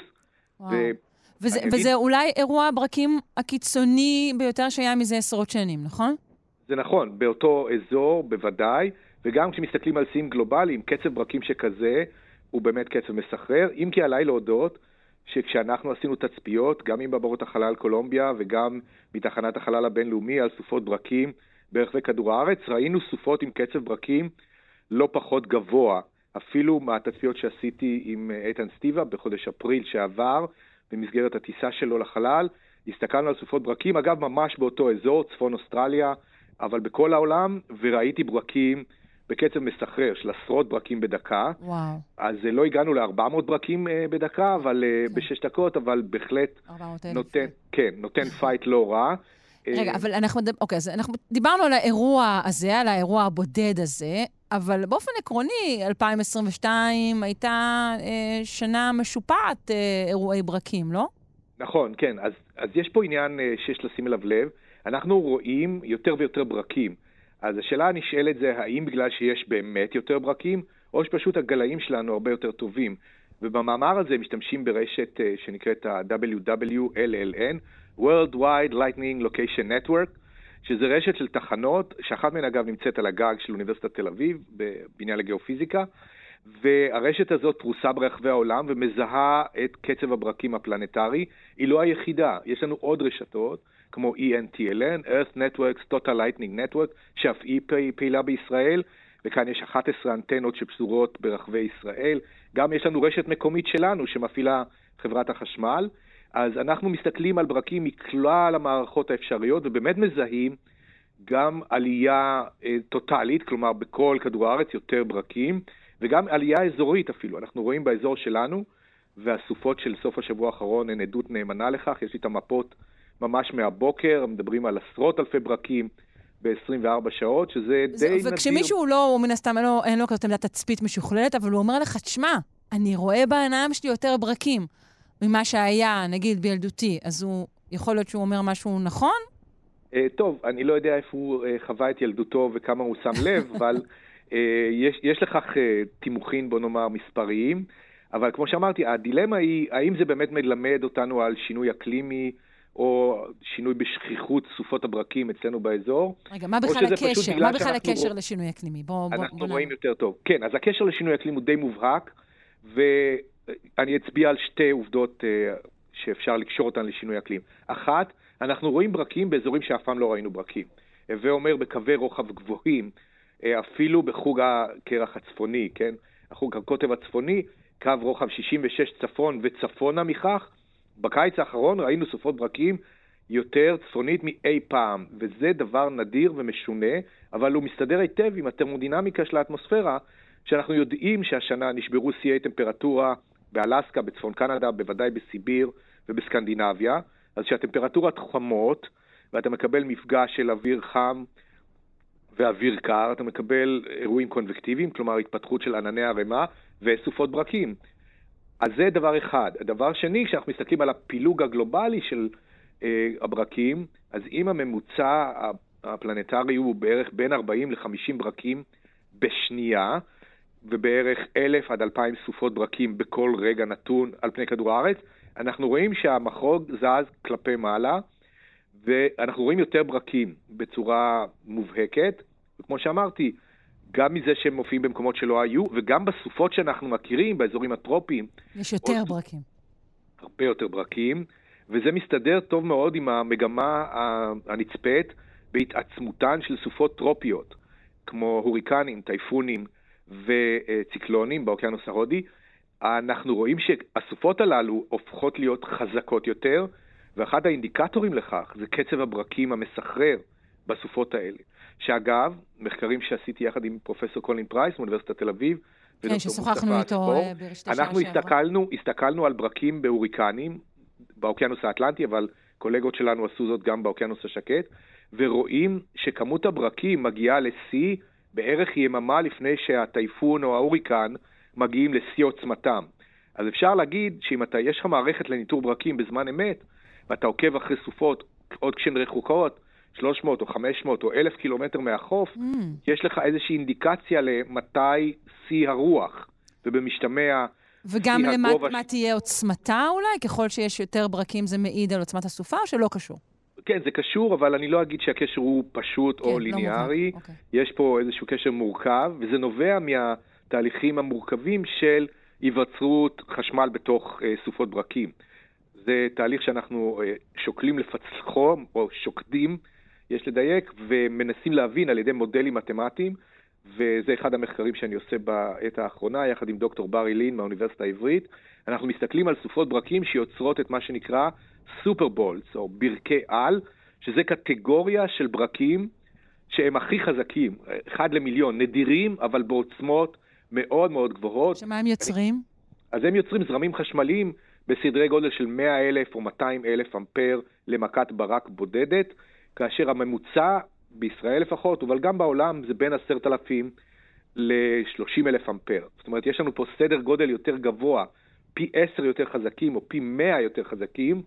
וזה אולי אירוע הברקים הקיצוני ביותר שהיה מזה עשרות שנים, נכון? זה נכון, באותו אזור בוודאי, וגם כשמסתכלים על שיאים גלובליים, קצב ברקים שכזה הוא באמת קצב מסחרר, אם כי עליי להודות שכשאנחנו עשינו תצפיות, גם עם מעבורות החלל קולומביה וגם מתחנת החלל הבינלאומי על סופות ברקים ברחבי כדור הארץ, ראינו סופות עם קצב ברקים לא פחות גבוה, אפילו מהתצפיות שעשיתי עם איתן סטיבה בחודש אפריל שעבר, במסגרת הטיסה שלו לחלל, הסתכלנו על סופות ברקים, אגב ממש באותו אזור, צפון אוסטרליה, אבל בכל העולם, וראיתי ברקים בקצב מסחרר של עשרות ברקים בדקה. וואו. אז לא הגענו ל400 ברקים בדקה, אבל ב6 דקות, אבל בהחלט נותן פייט לא רע. רגע, אבל אז אנחנו דיברנו על האירוע הזה, על האירוע הבודד הזה, אבל באופן עקרוני, 2022 הייתה שנה משופעת אירועי ברקים, לא? נכון, כן. אז יש פה עניין שיש לשים אליו לב. אנחנו רואים יותר ויותר ברקים. אז השאלה הנשאלת זה, האם בגלל שיש באמת יותר ברקים, או שפשוט הגלאים שלנו הרבה יותר טובים. ובמאמר הזה משתמשים ברשת שנקראת ה-WWLLN, Worldwide Lightning Location Network, שזה רשת של תחנות, שאחת מהן אגב נמצאת על הגג של אוניברסיטת תל אביב, בבניין לגיאופיזיקה, והרשת הזאת פרוסה ברחבי העולם ומזהה את קצב הברקים הפלנטרי. היא לא היחידה, יש לנו עוד רשתות, כמו ENTLN, Earth Networks, Total Lightning Network, שאף היא פעילה בישראל, וכאן יש 11 אנטנות שפזורות ברחבי ישראל. גם יש לנו רשת מקומית שלנו שמפעילה חברת החשמל. אז אנחנו מסתכלים על ברקים מכלל המערכות האפשריות, ובאמת מזהים גם עלייה טוטלית, כלומר בכל כדור הארץ יותר ברקים, וגם עלייה אזורית אפילו. אנחנו רואים באזור שלנו, והסופות של סוף השבוע האחרון הן עדות נאמנה לכך. יש לי את המפות ממש מהבוקר, מדברים על עשרות אלפי ברקים ב-24 שעות, שזה די נדיר. וכשמישהו לא, מן הסתם, אין לו כזאת עמדת תצפית משוכללת, אבל הוא אומר לך, תשמע, אני רואה בעיניים שלי יותר ברקים ממה שהיה, נגיד, בילדותי, אז הוא יכול להיות שהוא אומר משהו נכון? טוב, אני לא יודע איפה הוא חווה את ילדותו וכמה הוא שם לב, אבל יש לכך תימוכין, בוא נאמר, מספריים, אבל כמו שאמרתי, הדילמה היא, האם זה באמת מלמד אותנו על שינוי אקלימי, או שינוי בשכיחות סופות הברקים אצלנו באזור. רגע, מה בכלל הקשר? מה בכלל הקשר לשינוי אקלימי? אנחנו רואים יותר טוב. כן, אז הקשר לשינוי אקלים הוא די מובהק, ואני אצביע על שתי עובדות שאפשר לקשור אותן לשינוי אקלים. אחת, אנחנו רואים ברקים באזורים שאף פעם לא ראינו ברקים. ואומר בקווי רוחב גבוהים, אפילו בחוג הקרח הצפוני, כן? החוג הקוטב הצפוני, קו רוחב 66 צפון וצפונה מכך, בקיץ האחרון ראינו סופות ברקים יותר צפונית מאי פעם, וזה דבר נדיר ומשונה, אבל הוא מסתדר היטב עם התרמודינמיקה של האטמוספירה, שאנחנו יודעים שהשנה נשברו שיאי טמפרטורה באלסקה, בצפון קנדה, בוודאי בסיביר ובסקנדינביה, אז שהטמפרטורות חמות, ואתה מקבל מפגש של אוויר חם ואוויר קר, אתה מקבל אירועים קונבקטיביים, כלומר התפתחות של ענני הרמה וסופות ברקים. אז זה דבר אחד. הדבר שני, כשאנחנו מסתכלים על הפילוג הגלובלי של הברקים, אז אם הממוצע הפלנטרי הוא בערך בין 40 ל-50 ברקים בשנייה, ובערך 1,000 עד 2,000 סופות ברקים בכל רגע נתון על פני כדור הארץ. אנחנו רואים שהמחוג זז כלפי מעלה, ואנחנו רואים יותר ברקים בצורה מובהקת, וכמו שאמרתי, גם מזה שהם מופיעים במקומות שלא היו, וגם בסופות שאנחנו מכירים, באזורים הטרופיים. יש יותר ברקים. הרבה יותר ברקים, וזה מסתדר טוב מאוד עם המגמה הנצפית בהתעצמותן של סופות טרופיות, כמו הוריקנים, טייפונים וציקלונים באוקיינוס ההודי. אנחנו רואים שהסופות הללו הופכות להיות חזקות יותר, ואחד האינדיקטורים לכך זה קצב הברקים המסחרר בסופות האלה. שאגב, מחקרים שעשיתי יחד עם פרופסור קולין פרייס מאוניברסיטת תל אביב, כן, ששוחחנו איתו ברשת השעה אנחנו הסתכלנו על ברקים בהוריקנים באוקיינוס האטלנטי, אבל קולגות שלנו עשו זאת גם באוקיינוס השקט, ורואים שכמות הברקים מגיעה לשיא בערך יממה לפני שהטייפון או ההוריקן מגיעים לשיא עוצמתם. אז אפשר להגיד שאם יש לך מערכת לניטור ברקים בזמן אמת, ואתה עוקב אחרי סופות עוד כשהן רחוקות, 300 או 500 או 1,000 קילומטר מהחוף, יש לך איזושהי אינדיקציה למתי שיא הרוח, ובמשתמע וגם מה תהיה עוצמתה אולי? ככל שיש יותר ברקים זה מעיד על עוצמת הסופה, או שלא קשור? כן, זה קשור, אבל אני לא אגיד שהקשר הוא פשוט או ליניארי. יש פה איזשהו קשר מורכב, וזה נובע מהתהליכים המורכבים של היווצרות חשמל בתוך סופות ברקים. זה תהליך שאנחנו שוקלים לפצחו, או שוקדים, יש לדייק, ומנסים להבין על ידי מודלים מתמטיים, וזה אחד המחקרים שאני עושה בעת האחרונה, יחד עם דוקטור ברי לין מהאוניברסיטה העברית. אנחנו מסתכלים על סופות ברקים שיוצרות את מה שנקרא סופרבולס, או ברכי על, שזה קטגוריה של ברקים שהם הכי חזקים, 1 למיליון, נדירים, אבל בעוצמות מאוד מאוד גבוהות. שמה הם יוצרים? אז הם יוצרים זרמים חשמליים בסדרי גודל של 100,000 או 200,000 אמפר למכת ברק בודדת, כאשר הממוצע בישראל לפחות, אבל גם בעולם זה בין 10,000 ל-30,000 אמפר. זאת אומרת, יש לנו פה סדר גודל יותר גבוה, פי 10 יותר חזקים או פי 100 יותר חזקים,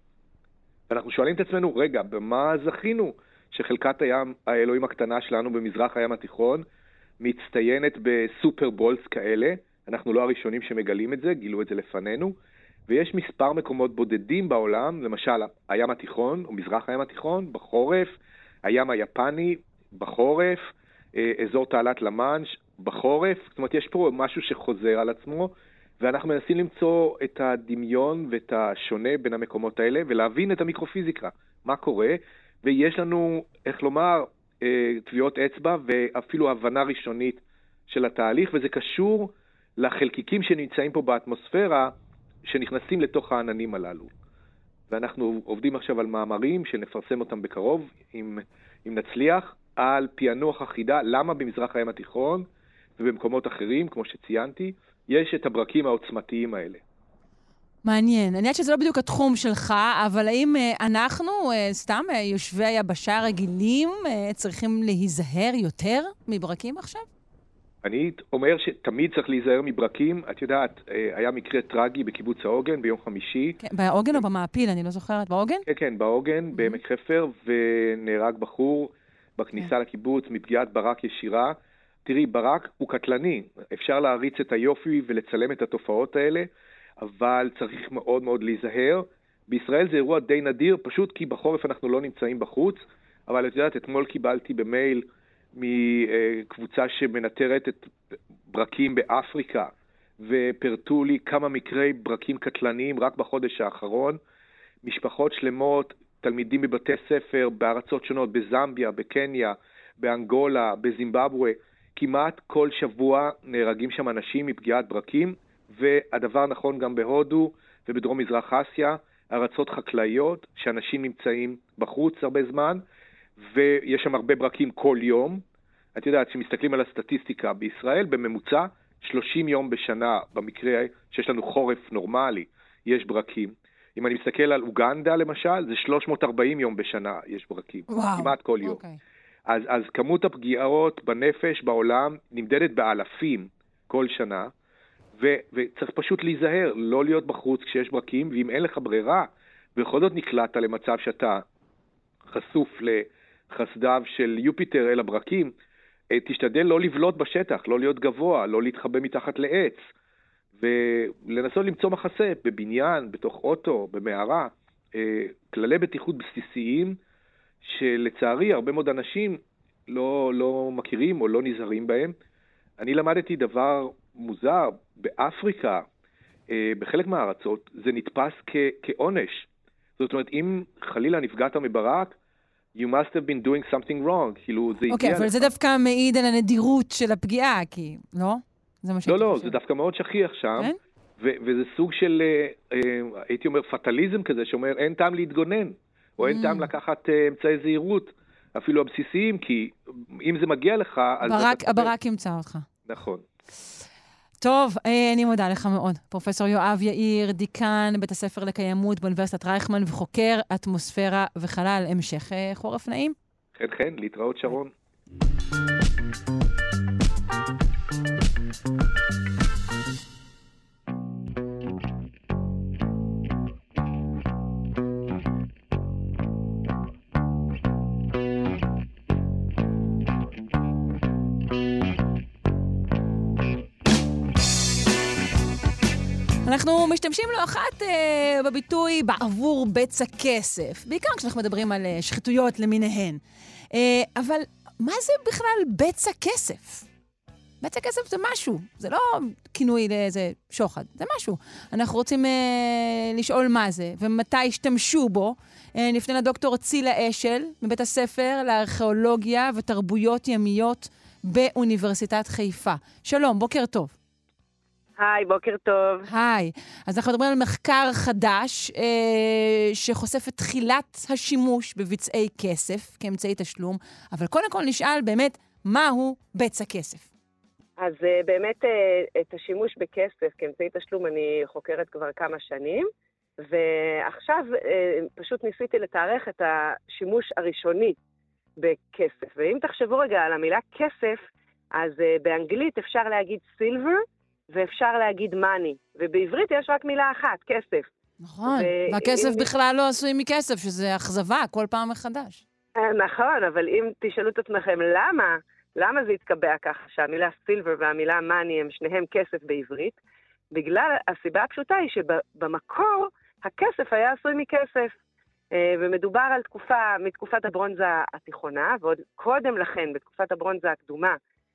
ואנחנו שואלים את עצמנו, רגע, במה זכינו שחלקת הים, האלוהים הקטנה שלנו במזרח הים התיכון, מצטיינת בסופרבולס כאלה? אנחנו לא הראשונים שמגלים את זה, גילו את זה לפנינו, ויש מספר מקומות בודדים בעולם, למשל הים התיכון או מזרח הים התיכון בחורף, הים היפני בחורף, אזור תעלת למאנש בחורף. זאת אומרת, יש פה משהו שחוזר על עצמו, ואנחנו מנסים למצוא את הדמיון ואת השונה בין המקומות האלה, ולהבין את המיקרופיזיקה, מה קורה, ויש לנו, איך לומר, טביעות אצבע, ואפילו הבנה ראשונית של התהליך, וזה קשור לחלקיקים שנמצאים פה באטמוספירה, שנכנסים לתוך העננים הללו. ואנחנו עובדים עכשיו על מאמרים שנפרסם אותם בקרוב, אם נצליח, על פענוח אחידה, למה במזרח הים התיכון ובמקומות אחרים, כמו שציינתי, יש את הברקים העוצמתיים האלה. מעניין. אני יודעת שזה לא בדיוק התחום שלך, אבל האם אנחנו, סתם יושבי היבשה רגילים, צריכים להיזהר יותר מברקים עכשיו? אני אומר שתמיד צריך להיזהר מברקים. את יודעת, היה מקרה טרגי בקיבוץ העוגן ביום חמישי. כן, בעוגן או במעפיל? אני לא זוכרת. בעוגן? כן, כן, בעוגן, בעמק חפר, ונהרג בחור בכניסה לקיבוץ מפגיעת ברק ישירה. תראי, ברק הוא קטלני. אפשר להריץ את היופי ולצלם את התופעות האלה, אבל צריך מאוד מאוד להיזהר. בישראל זה אירוע די נדיר, פשוט כי בחורף אנחנו לא נמצאים בחוץ, אבל את יודעת, אתמול קיבלתי במייל מקבוצה שמנטרת את ברקים באפריקה, ופרטו לי כמה מקרי ברקים קטלניים רק בחודש האחרון. משפחות שלמות, תלמידים בבתי ספר, בארצות שונות, בזמביה, בקניה, באנגולה, בזימבבואה, כמעט כל שבוע נהרגים שם אנשים מפגיעת ברקים, והדבר נכון גם בהודו ובדרום מזרח אסיה, ארצות חקלאיות, שאנשים נמצאים בחוץ הרבה זמן, ויש שם הרבה ברקים כל יום. את יודעת, שמסתכלים על הסטטיסטיקה בישראל, בממוצע 30 יום בשנה, במקרה שיש לנו חורף נורמלי, יש ברקים. אם אני מסתכל על אוגנדה למשל, זה 340 יום בשנה יש ברקים, כמעט כל יום. אז כמות הפגיעות בנפש בעולם נמדדת באלפים כל שנה, וצריך פשוט להיזהר, לא להיות בחוץ כשיש ברקים, ואם אין לך ברירה, בכל זאת נקלעת למצב שאתה חשוף חסדיו של יופיטר אל הברקים, תשתדל לא לבלוט בשטח, לא להיות גבוה, לא להתחבא מתחת לעץ, ולנסות למצוא מחסה בבניין, בתוך אוטו, במערה, כללי בטיחות בסיסיים, שלצערי הרבה מאוד אנשים לא מכירים או לא נזהרים בהם. אני למדתי דבר מוזר, באפריקה, בחלק מהארצות, זה נתפס כעונש. זאת אומרת, אם חלילה נפגעת מברק, you must have been doing something wrong, כאילו זה הגיע לך. אוקיי, אבל זה דווקא מעיד על הנדירות של הפגיעה, כי, לא? לא, זה דווקא מאוד שכיח שם, וזה סוג של, הייתי אומר, פטליזם כזה, שאומר, אין טעם להתגונן, או אין טעם לקחת אמצעי זהירות, אפילו הבסיסיים, כי אם זה מגיע לך... הברק ימצא אותך. נכון. טוב, אני מודה לך מאוד. פרופסור יואב יאיר, דיקן בית הספר לקיימות באוניברסיטת רייכמן וחוקר אטמוספירה וחלל. המשך חורף נעים. כן, להתראות שרון. אנחנו משתמשים לא אחת בביטוי בעבור בצע כסף, בעיקר כשאנחנו מדברים על שחיתויות למיניהן. אבל מה זה בכלל בצע כסף? בצע כסף זה משהו, זה לא כינוי לאיזה שוחד, זה משהו. אנחנו רוצים לשאול מה זה ומתי השתמשו בו. נפנה לדוקטור צילה אשל מבית הספר לארכיאולוגיה ותרבויות ימיות באוניברסיטת חיפה. שלום, בוקר טוב. היי, בוקר טוב. היי. אז אנחנו מדברים על מחקר חדש שחושף את תחילת השימוש בביצעי כסף כאמצעי תשלום, אבל קודם כל נשאל באמת מהו בצע כסף. אז באמת את השימוש בכסף כאמצעי תשלום אני חוקרת כבר כמה שנים, ועכשיו פשוט ניסיתי לתארך את השימוש הראשוני בכסף. ואם תחשבו רגע על המילה כסף, אז באנגלית אפשר להגיד silver, ואפשר להגיד money, ובעברית יש רק מילה אחת, כסף. נכון, והכסף בכלל לא עשוי מכסף, שזה אכזבה כל פעם מחדש. נכון, אבל אם תשאלו את עצמכם למה זה יתקבע ככה, שהמילה סילבר והמילה money הם שניהם כסף בעברית, בגלל הסיבה הפשוטה היא שבמקור הכסף היה עשוי מכסף, ומדובר על מתקופת הברונזה התיכונה, ועוד קודם לכן, בתקופת הברונזה הקדומה,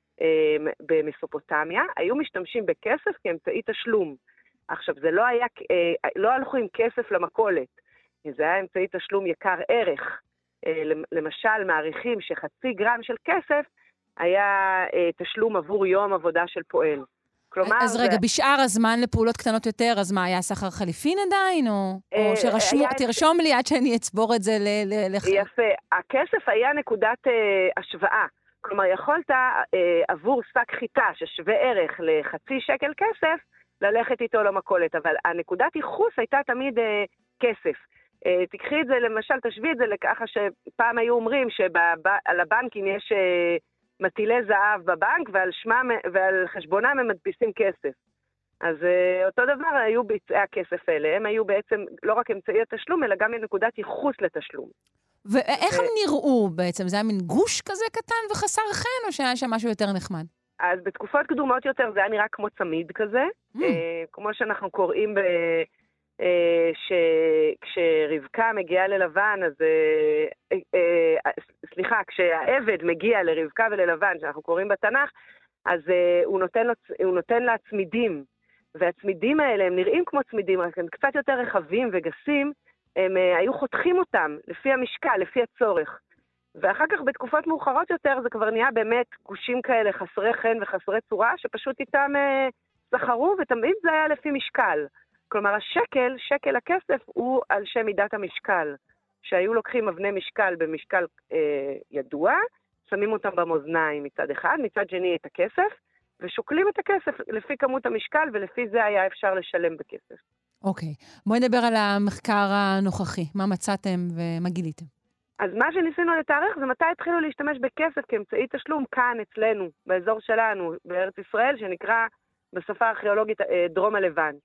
במסופוטמיה, היו משתמשים בכסף כאמצעי תשלום. עכשיו, זה לא הלכו עם כסף למכולת, זה היה אמצעי תשלום יקר ערך. למשל, מעריכים שחצי גרם של כסף היה תשלום עבור יום עבודה של פועל. כלומר, אז רגע, בשאר הזמן לפעולות קטנות יותר, אז מה, היה סחר חליפין עדיין? או תרשום לי עד שאני אצבור את זה יפה. הכסף היה נקודת השוואה. כלומר, יכולת עבור שק חיטה ששווה ערך לחצי שקל כסף, ללכת איתו למכולת, אבל הנקודת ייחוס הייתה תמיד כסף. תקחי את זה, למשל, תשווי את זה לככה שפעם היו אומרים שעל הבנקים יש מטילי זהב בבנק, ועל חשבונם הם מדפיסים כסף. אז אותו דבר היו ביצעי הכסף האלה, הם היו בעצם לא רק אמצעי התשלום, אלא גם נקודת ייחוס לתשלום. ואיך הם נראו בעצם? זה היה מין גוש כזה קטן וחסר חן, או שהיה שם משהו יותר נחמד? אז בתקופות קדומות יותר זה היה נראה כמו צמיד כזה, כמו שאנחנו קוראים כשרבקה מגיעה ללבן, אז כשהעבד מגיע לרבקה וללבן, שאנחנו קוראים בתנ"ך, אז הוא נותן לה צמידים, והצמידים האלה הם נראים כמו צמידים, רק הם קצת יותר רחבים וגסים, הם היו חותכים אותם לפי המשקל, לפי הצורך. ואחר כך בתקופות מאוחרות יותר זה כבר נהיה באמת גושים כאלה חסרי חן וחסרי צורה, שפשוט איתם סחרו, ותמיד זה היה לפי משקל. כלומר, שקל הכסף הוא על שם מידת המשקל, שהיו לוקחים אבני משקל במשקל ידוע, שמים אותם במאזניים מצד אחד, מצד שני את הכסף, ושוקלים את הכסף לפי כמות המשקל, ולפי זה היה אפשר לשלם בכסף. אוקיי. בואי נדבר על המחקר הנוכחי. מה מצאתם ומה גיליתם? אז מה שניסינו לתארך זה מתי התחילו להשתמש בכסף כאמצעי תשלום כאן אצלנו, באזור שלנו, בארץ ישראל, שנקרא בשפה הארכיאולוגית דרום הלבנט.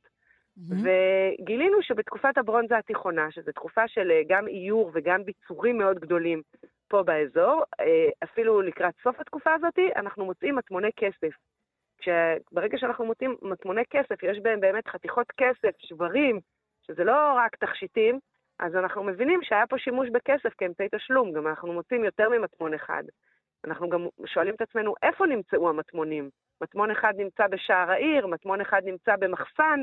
וגילינו שבתקופת הברונזה התיכונה, שזו תקופה של גם איור וגם ביצורים מאוד גדולים, פה באזור, אפילו לקראת סוף התקופה הזאת, אנחנו מוצאים מטמוני כסף. ברגע שאנחנו מוצאים מטמוני כסף, יש בהם באמת חתיכות כסף, שברים, שזה לא רק תכשיטים, אז אנחנו מבינים שהיה פה שימוש בכסף כאמצעי תשלום, גם אנחנו מוצאים יותר ממטמון אחד. אנחנו גם שואלים את עצמנו איפה נמצאו המטמונים. מטמון אחד נמצא בשער העיר, מטמון אחד נמצא במחסן,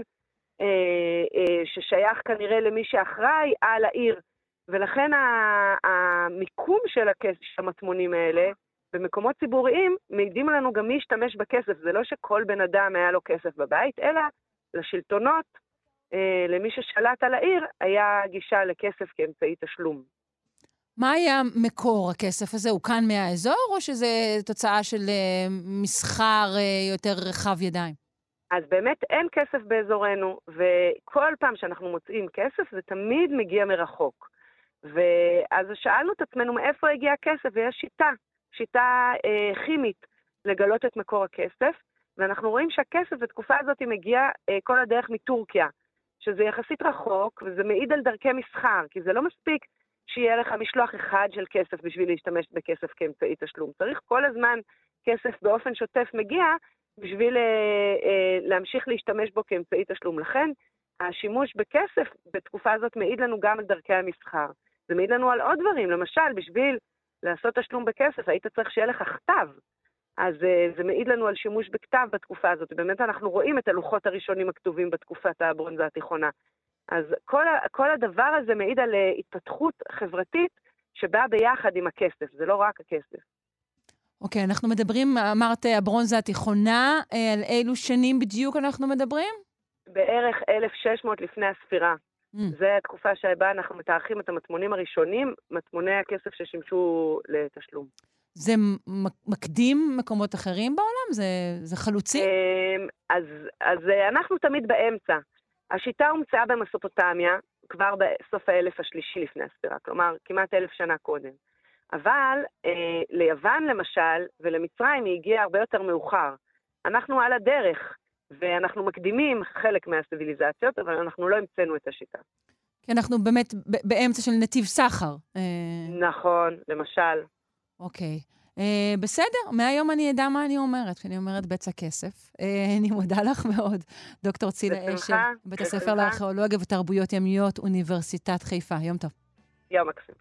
ששייך כנראה למי שאחראי על העיר. ולכן המיקום של המטמונים האלה, במקומות ציבוריים, מעידים לנו גם מי ישתמש בכסף. זה לא שכל בן אדם היה לו כסף בבית, אלא לשלטונות, למי ששלט על העיר, היה גישה לכסף כאמצעי תשלום. מה היה מקור הכסף הזה? הוא כאן מהאזור, או שזה תוצאה של מסחר יותר רחב ידיים? אז באמת אין כסף באזורנו, וכל פעם שאנחנו מוצאים כסף, זה תמיד מגיע מרחוק. ואז שאלנו את עצמנו מאיפה הגיע הכסף, ויש שיטה כימית לגלות את מקור הכסף, ואנחנו רואים שהכסף בתקופה הזאת מגיע כל הדרך מטורקיה, שזה יחסית רחוק, וזה מעיד על דרכי מסחר, כי זה לא מספיק שיהיה לך משלוח אחד של כסף בשביל להשתמש בכסף כאמצעי תשלום. צריך כל הזמן כסף באופן שוטף מגיע, בשביל להמשיך להשתמש בו כאמצעי תשלום. לכן, השימוש בכסף בתקופה הזאת מעיד לנו גם על דרכי המסחר. זה מעיד לנו על עוד דברים. למשל, בשביל לעשות תשלום בכסף, היית צריך שיהיה לך כתב. אז זה מעיד לנו על שימוש בכתב בתקופה הזאת. באמת אנחנו רואים את הלוחות הראשונים הכתובים בתקופת הברונזה התיכונה. אז כל הדבר הזה מעיד על התפתחות חברתית שבאה ביחד עם הכסף. זה לא רק הכסף. אוקיי, אנחנו מדברים, אמרת, הברונזה התיכונה, על אילו שנים בדיוק אנחנו מדברים? בערך 1600 לפני הספירה. זו התקופה שבה אנחנו מתארחים את המטמונים הראשונים, מטמוני הכסף ששימשו לתשלום. זה מקדים מקומות אחרים בעולם? זה חלוצי? אז אנחנו תמיד באמצע. השיטה הומצאה במסופוטמיה, כבר בסוף האלף השלישי לפני הספירה, כלומר, כמעט 1000 שנה קודם. אבל ליוון למשל, ולמצרים היא הגיעה הרבה יותר מאוחר. אנחנו על הדרך, ואנחנו מקדימים חלק מהסיביליזציות, אבל אנחנו לא המצאנו את השיטה. כי אנחנו באמת באמצע של נתיב סחר. נכון, למשל. אוקיי. בסדר, מהיום אני אדע מה אני אומרת, כשאני אומרת בצע כסף. אני מודה לך מאוד, דוקטור צילה אשל, בית הספר לארכיאולוגיה ותרבויות ימיות, אוניברסיטת חיפה. יום טוב. יום מקסים.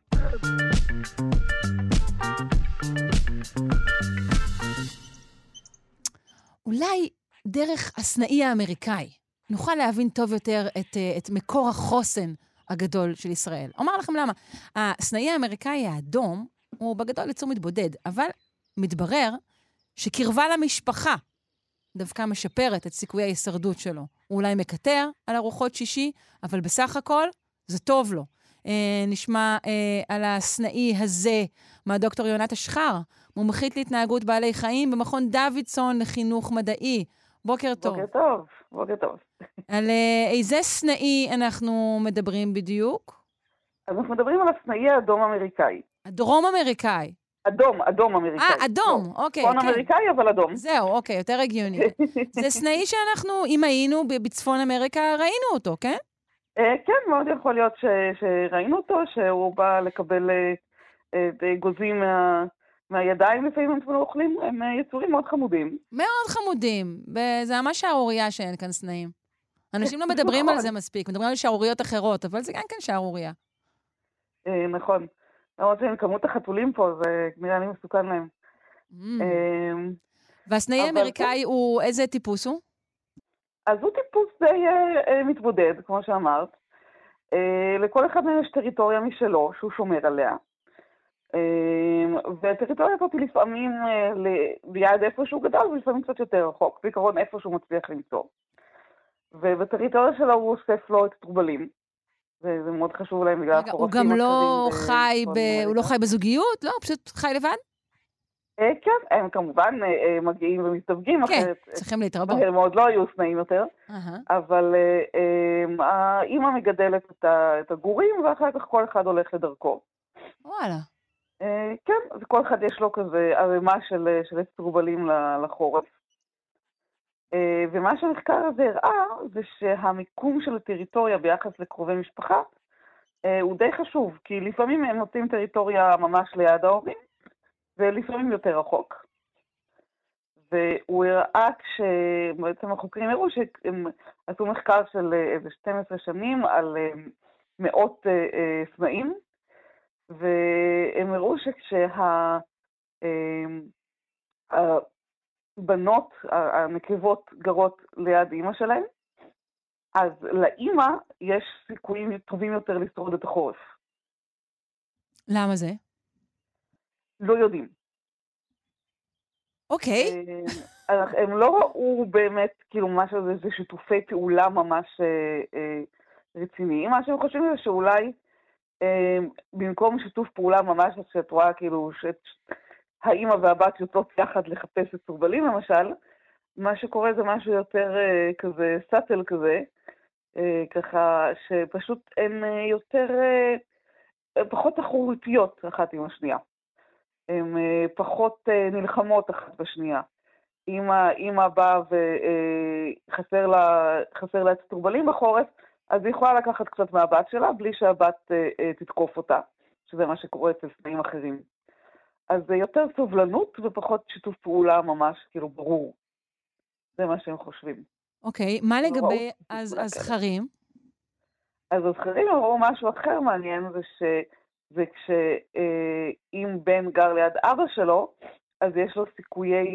אולי דרך הסנאי האמריקאי נוכל להבין טוב יותר את מקור החוסן הגדול של ישראל. אומר לכם למה. הסנאי האמריקאי האדום הוא בגדול יצור מתבודד, אבל מתברר שקרבה למשפחה דווקא משפרת את סיכויי ההישרדות שלו. הוא אולי מקטר על ארוחות שישי, אבל בסך הכל זה טוב לו. נשמע על הסנאי הזה מהדוקטור יונת אשחר, מומחית להתנהגות בעלי חיים במכון דוידסון לחינוך מדעי. בוקר טוב. בוקר טוב, בוקר טוב. על איזה סנאי אנחנו מדברים בדיוק? אז אנחנו מדברים על הסנאי האדום אמריקאי. הדרום אמריקאי. אדום אמריקאי. אדום, אוקיי. צפון אמריקאי, אבל אדום. זהו, אוקיי, יותר הגיוני. זה סנאי שאנחנו, אם היינו בצפון אמריקה, ראינו אותו, כן? כן, מאוד יכול להיות שראינו אותו, שהוא בא לקבל גוזים מהידיים לפעמים הם אוכלים, הם יצורים מאוד חמודים. מאוד חמודים. זה ממש שערוריה שאין כאן סנאים. אנשים לא מדברים על זה מספיק, מדברים על שערוריות אחרות, אבל זה גם כן שערוריה. נכון. למרות שכמות החתולים פה, זה נראה לי מסוכן להם. והסנאי האמריקאי הוא, איזה טיפוס הוא? אז הוא טיפוס די מתבודד, כמו שאמרת. לכל אחד מהם יש טריטוריה משלו, שהוא שומר עליה. והטריטוריה הזאת היא לפעמים ליד איפה שהוא גדל, ולפעמים קצת יותר רחוק, בעיקרון איפה שהוא מצליח למצוא. ובטריטוריה שלו הוא אוסף לו את הטרובלים. וזה מאוד חשוב להם בגלל החורפים. הוא גם לא חי, הוא לא חי בזוגיות? לא, הוא פשוט חי לבד? כן, הם כמובן מגיעים ומסתווגים. כן, צריכים להתרבות. הם עוד לא היו סנאים יותר, אבל האמא מגדלת את הגורים, ואחר כך כל אחד הולך לדרכו. וואלה. כן, אז כל אחד יש לו כזה ערימה של טרובלים לחורף. ומה שהמחקר הזה הראה, זה שהמיקום של הטריטוריה ביחס לקרובי משפחה, הוא די חשוב, כי לפעמים הם מוצאים טריטוריה ממש ליד ההורים, ולפעמים יותר רחוק. והוא הראה כשבעצם החוקרים הראו שהם עשו מחקר של איזה 12 שנים על מאות סנאים, והם הראו שכשהבנות, הנקבות גרות ליד אמא שלהם, אז לאמא יש סיכויים טובים יותר לשרוד את החורף. למה זה? לא יודעים. אוקיי. הם לא ראו באמת, כאילו, משהו זה שיתופי פעולה ממש רציניים. מה שהם חושבים זה שאולי במקום שיתוף פעולה ממש, שאת רואה כאילו שהאמא והבת יוצאות יחד לחפש את סורבלים למשל, מה שקורה זה משהו יותר כזה סאטל כזה, ככה שפשוט הן יותר, פחות תחרותיות אחת עם השנייה. הן פחות נלחמות אחת בשנייה. אמא באה וחסר לה את הסורבלים בחורף, אז היא יכולה לקחת קצת מהבת שלה, בלי שהבת תתקוף אותה, שזה מה שקורה אצל סנאים אחרים. אז זה יותר סובלנות ופחות שיתוף פעולה ממש, כאילו, ברור. זה מה שהם חושבים. אוקיי, מה לגבי הזכרים? אז הזכרים אמרו משהו אחר מעניין, זה כשאם בן גר ליד אבא שלו, אז יש לו סיכויי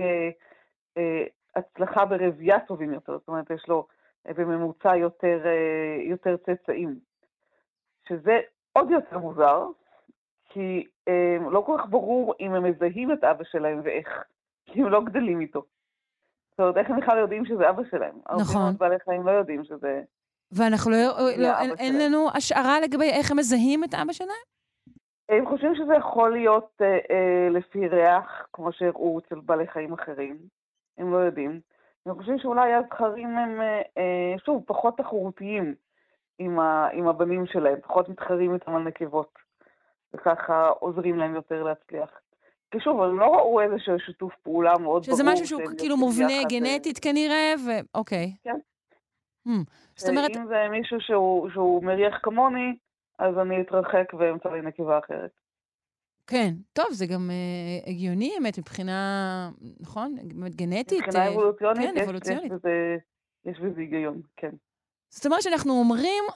הצלחה ברבייה טובים יותר, זאת אומרת, יש לו בממוצע יותר צאצאים. שזה עוד יותר מוזר, כי לא כל כך ברור אם הם מזהים את אבא שלהם ואיך, כי הם לא גדלים איתו. זאת אומרת, איך הם בכלל יודעים שזה אבא שלהם? נכון. הרבה בעלי חיים לא יודעים שזה... ואנחנו אין לנו השערה לגבי איך הם מזהים את אבא שלהם? הם חושבים שזה יכול להיות לפי ריח, כמו שהראו אצל בעלי חיים אחרים. הם לא יודעים. הם חושבים שאולי הזכרים הם, שוב, פחות תחרותיים עם הבנים שלהם, פחות מתחרים איתם על נקבות, וככה עוזרים להם יותר להצליח. כי שוב, הם לא ראו איזשהו שיתוף פעולה מאוד ברור. שזה משהו שהוא כאילו מובנה גנטית כנראה, ואוקיי. כן. זאת אומרת... אם זה מישהו שהוא מריח כמוני, אז אני אתרחק ואמצא לי נקבה אחרת. כן, טוב, זה גם הגיוני, באמת, מבחינה, נכון? גנטית. מבחינה אבולוציונית, כן, אבולוציונית. יש בזה היגיון, כן. זאת אומרת שאנחנו אומרים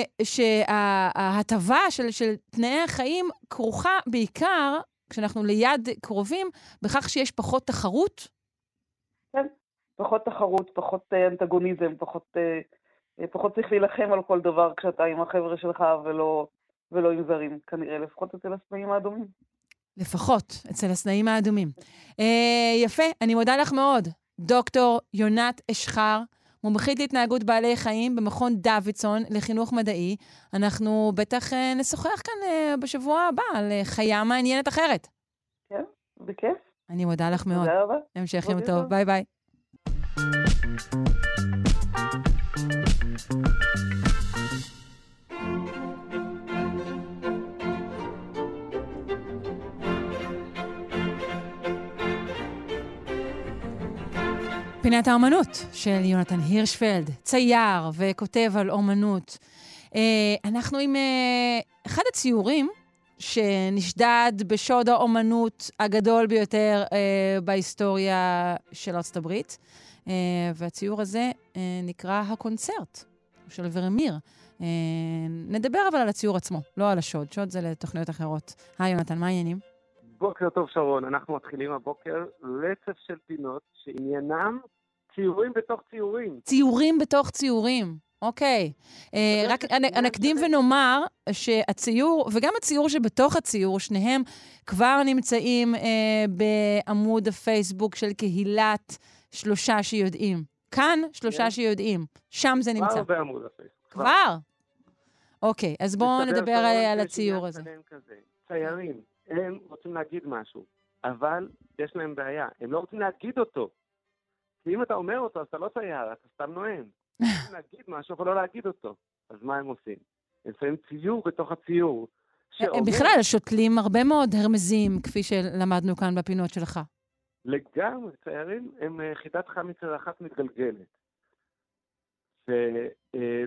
שההטבה של תנאי החיים כרוכה בעיקר, כשאנחנו ליד קרובים, בכך שיש פחות תחרות? כן, פחות תחרות, פחות אנטגוניזם, פחות צריך להילחם על כל דבר כשאתה עם החבר'ה שלך ולא עם זרים, כנראה, לפחות אצל הסנאים האדומים. לפחות אצל הסנאים האדומים. יפה, אני מודה לך מאוד. דוקטור יונת אשחר, מומחית להתנהגות בעלי חיים במכון דוידסון לחינוך מדעי. אנחנו בטח נשוחח כאן בשבוע הבא על חיה מעניינת אחרת. כן, בכיף. אני מודה לך מאוד. תודה רבה. המשך יום טוב. ביי ביי. פינת האומנות של יונתן הירשפלד, צייר וכותב על אומנות. אנחנו עם אחד הציורים שנשדד בשוד האומנות הגדול ביותר בהיסטוריה של ארצות הברית, והציור הזה נקרא הקונצרט של ורמיר. נדבר אבל על הציור עצמו, לא על השוד. שוד זה לתוכניות אחרות. היי יונתן, מה העניינים? בוקר טוב שרון, אנחנו מתחילים הבוקר רצף של פינות שעניינם ציורים בתוך ציורים. ציורים בתוך ציורים, אוקיי. רק נקדים ונאמר שהציור, וגם הציור שבתוך הציור, שניהם כבר נמצאים בעמוד הפייסבוק של קהילת שלושה שיודעים. כאן שלושה שיודעים, שם זה נמצא. כבר בעמוד הפייסבוק. כבר? אוקיי, אז בואו נדבר על הציור הזה. ציירים. הם רוצים להגיד משהו, אבל יש להם בעיה. הם לא רוצים להגיד אותו. כי אם אתה אומר אותו, אז אתה לא צייר, אתה סתם נואם. הם רוצים להגיד משהו, אבל לא להגיד אותו. אז מה הם עושים? הם שמים ציור בתוך הציור. הם בכלל שותלים הרבה מאוד הרמזים, כפי שלמדנו כאן בפינות שלך. לגמרי, ציירים הם חידת חמיצר אחת מתגלגלת.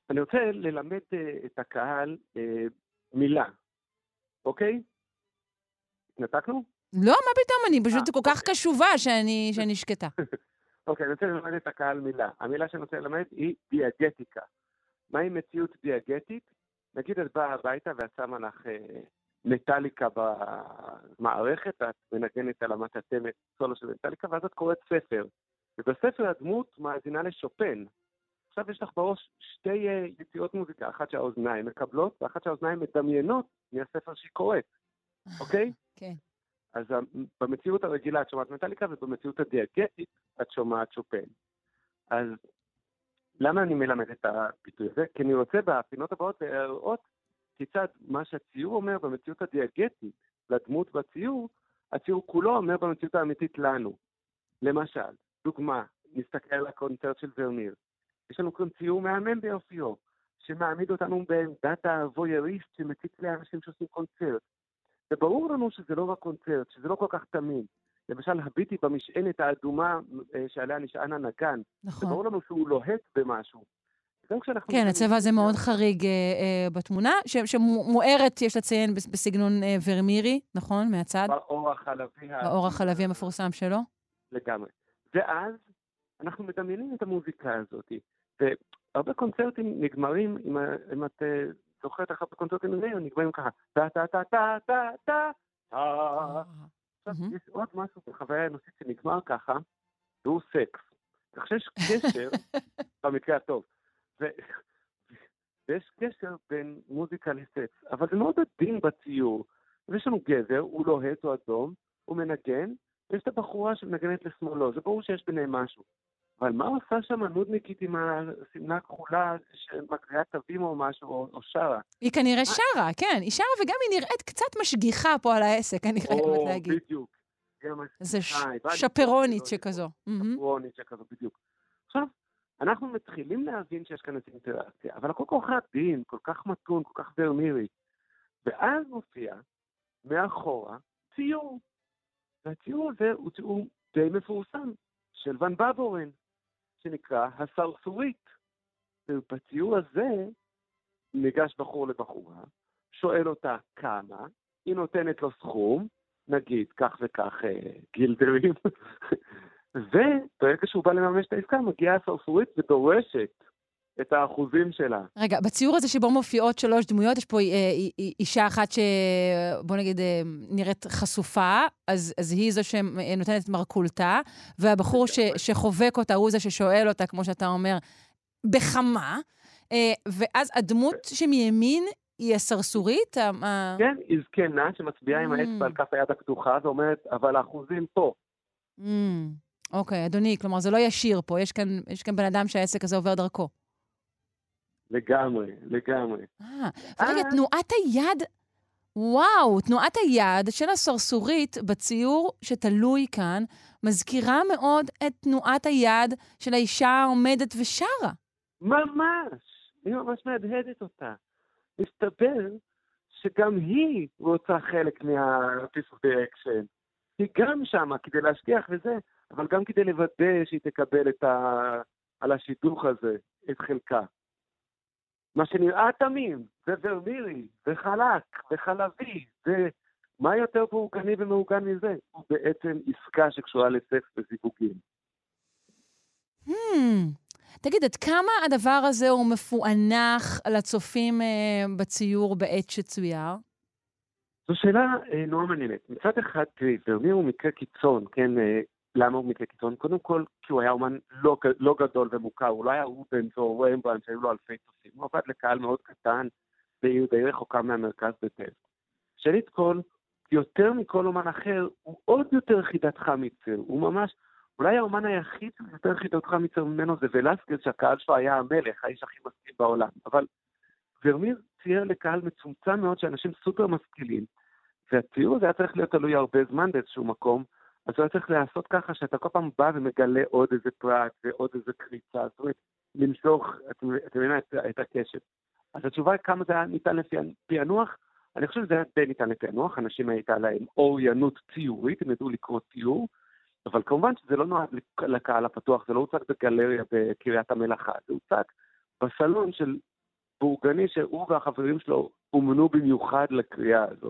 אני רוצה ללמד את הקהל מילה, אוקיי? נתקנו? לא, מה פתאום? אני פשוט כל כך קשובה שאני שקטה. אוקיי, אני רוצה ללמד את הקהל מילה. המילה שאני רוצה ללמד היא דיאגטיקה. מהי מציאות דיאגטית? נגיד את באה הביתה ואת שמה לך מטליקה במערכת, ואת מנגנת על המטאטמת סולו של מטליקה, ואז את קוראת ספר. ובספר הדמות מאזינה לשופן. עכשיו יש לך בראש שתי יציאות מוזיקה, אחת שהאוזניים מקבלות, ואחת שהאוזניים מדמיינות מהספר שהיא קוראת. אוקיי? כן. אז במציאות הרגילה את שומעת מטליקה, ובמציאות הדיאגטית את שומעת שופן. אז למה אני מלמד את הביטוי הזה? כי אני רוצה בפינות הבאות להראות כיצד מה שהציור אומר במציאות הדיאגטית לדמות בציור, הציור כולו אומר במציאות האמיתית לנו. למשל, דוגמה, נסתכל על הקונצרט של ורניר. יש לנו כאן ציור מהמם ביופיו, שמעמיד אותנו בעמדת הוויוריסט שמציץ לאנשים שעושים קונצרט. וברור לנו שזה לא רק קונצרט, שזה לא כל כך תמיד. למשל, הביטי במשענת האדומה שעליה נשען הנגן. נכון. וברור לנו שהוא לוהט במשהו. כן, הצבע הזה מאוד חריג בתמונה, שמוארת, יש לציין, בסגנון ורמירי, נכון? מהצד? באור החלבי. באור החלבי המפורסם שלו? לגמרי. ואז אנחנו מדמיינים את המוזיקה הזאת. והרבה קונצרטים נגמרים, אם את זוכרת אחת בקונצרטים נגמרים, נגמרים ככה, טה טה טה טה טה טה טה. עכשיו, יש עוד משהו בחוויה האנושית שנגמר ככה, והוא סקס. כך שיש קשר, במקרה הטוב, ויש קשר בין מוזיקה לסקס, אבל זה מאוד עדין בציור. ויש לנו גבר, הוא לוהט או אדום, הוא מנגן, ויש את הבחורה שמנגנת לשמאלו, זה ברור שיש ביניהם משהו. אבל מה עושה שם הנודניקית עם הסמלה הכחולה שמקריאה תווים או משהו, או שרה? היא כנראה שרה, כן, היא שרה וגם היא נראית קצת משגיחה פה על העסק, אני חייבת להגיד. בדיוק. זה שפרונית שכזו. שפרונית שכזו, בדיוק. עכשיו, אנחנו מתחילים להבין שיש כאן איזו אינטראקציה, אבל הכל כל כך עדין, כל כך מתון, כל כך ורמירי. ואז מופיע מאחורה ציור. והציור הזה הוא ציור די מפורסם של ון בבורן, שנקרא הסרסורית. ובציור הזה ניגש בחור לבחורה, שואל אותה כמה, היא נותנת לו סכום, נגיד כך וכך גילדרים, וברגע שהוא בא לממש את העסקה, מגיעה הסרסורית ודורשת את האחוזים שלה. רגע, בציור הזה שבו מופיעות 3 דמויות, יש פה אישה אחת שבוא נגיד נראית חשופה, אז היא זו שנותנת מרקולתה, והבחור שחובק אותה הוא זה ששואל אותה, כמו שאתה אומר, בחמה, ואז הדמות שמימין היא הסרסורית? כן, היא זקנה שמצביעה עם האצבע על כף היד הפתוחה, ואומרת, אבל האחוזים פה. אוקיי, אדוני, כלומר זה לא ישיר פה, יש כאן בן אדם שהעסק הזה עובר דרכו. לגמרי, לגמרי. ורגע, תנועת היד, וואו, תנועת היד של הסרסורית בציור שתלוי כאן, מזכירה מאוד את תנועת היד של האישה העומדת ושרה. ממש, היא ממש מהדהדת אותה. מסתבר שגם היא רוצה חלק מה-piece of the action. היא גם שמה כדי להשכיח וזה, אבל גם כדי לוודא שהיא תקבל על השידוך הזה, את חלקה. מה שנראה תמים, זה ורמירי, זה חלק, זה חלבי, זה מה יותר מאורגני ומאורגן מזה? הוא בעצם עסקה שקשורה לסקס וזיווגים. תגיד, עד כמה הדבר הזה הוא מפוענח לצופים בציור בעת שצויר? זו שאלה נורא מעניינת. מצד אחד, ורמיר הוא מקרה קיצון, כן? למה הוא מקרה קיצון? קודם כל, כי הוא היה אומן לא גדול ומוכר, הוא לא היה רובנס או רמברנדט שהיו לו אלפי צופים, הוא עבד לקהל מאוד קטן, בעיר די רחוקה מהמרכז בטסט. שנית כל, יותר מכל אומן אחר, הוא עוד יותר חידת חמיצר, הוא ממש, אולי האומן היחיד יותר חידת חמיצר ממנו זה ולסקז, שהקהל שלו היה המלך, האיש הכי משכיל בעולם, אבל ורמיר צייר לקהל מצומצם מאוד שאנשים סופר משכילים, והציור הזה היה צריך להיות תלוי הרבה זמן באיזשהו מקום, אז הוא היה צריך לעשות ככה שאתה כל פעם בא ומגלה עוד איזה פרט ועוד איזה קריצה, זאת אומרת, למשוך, אתם מבינים את הקשב. אז התשובה היא כמה זה היה ניתן לפענוח, אני חושב שזה היה די ניתן לפענוח, אנשים הייתה להם אוריינות ציורית, הם ידעו לקרוא ציור, אבל כמובן שזה לא נועד לקהל הפתוח, זה לא הוצג בגלריה בקריית המלאכה, זה הוצג בסלון של בורגני שהוא והחברים שלו אומנו במיוחד לקריאה הזאת.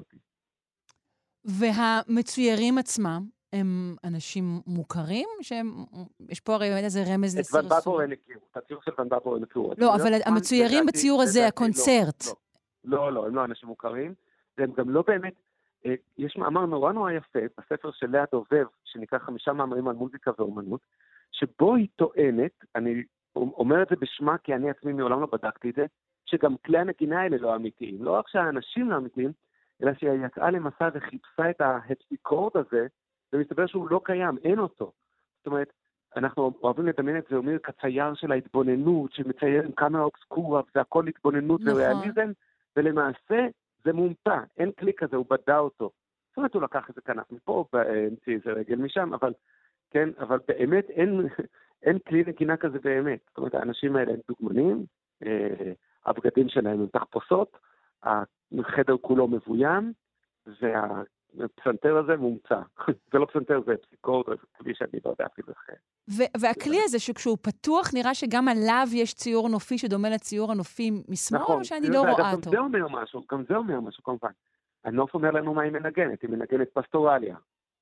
והמצוירים עצמם הם אנשים מוכרים? יש פה הרי באמת איזה רמז לסרסור. את ון בבו אין הכירו, את הציור של ון בבו אין הכירו. לא, אבל המצוירים בציור הזה, הקונצרט. לא, הם לא אנשים מוכרים, והם גם לא באמת, יש מאמר נורא יפה בספר של לאה דובב, שנקרא 5 מאמרים על מוזיקה ואומנות, שבו היא טוענת, אני אומר את זה בשמה כי אני עצמי מעולם לא בדקתי את זה, שגם כלי הנגינה האלה לא אמיתיים. לא רק שהאנשים לא אמיתיים, אלא שהיא יצאה למסע וחיפשה את ההפסיקורד הזה, ומסתבר שהוא לא קיים, אין אותו. זאת אומרת, אנחנו אוהבים לדמיין את זה, אומר כצייר של ההתבוננות, שמצייר עם קאמרה אובסקורה, זה הכל התבוננות וריאליזם, ולמעשה זה מומצא, אין כלי כזה, הוא בדע אותו. זאת אומרת, הוא לקח איזה כנף מפה, באמצעי איזה רגל משם, אבל באמת אין כלי נגינה כזה באמת. זאת אומרת, האנשים האלה הם דוגמנים, הבגדים שלהם הם תחפושות, החדר כולו מבוים, והפסנתר הזה מומצא. זה לא פסנתר, זה פסיקורד, זה כלי שאני לא יודע אפילו אחר. והכלי הזה שכשהוא פתוח, נראה שגם עליו יש ציור נופי שדומה לציור הנופי משמאל, או שאני לא רואה אותו? גם זה אומר משהו, כמובן. הנוף אומר לנו מה היא מנגנת, היא מנגנת פסטורליה.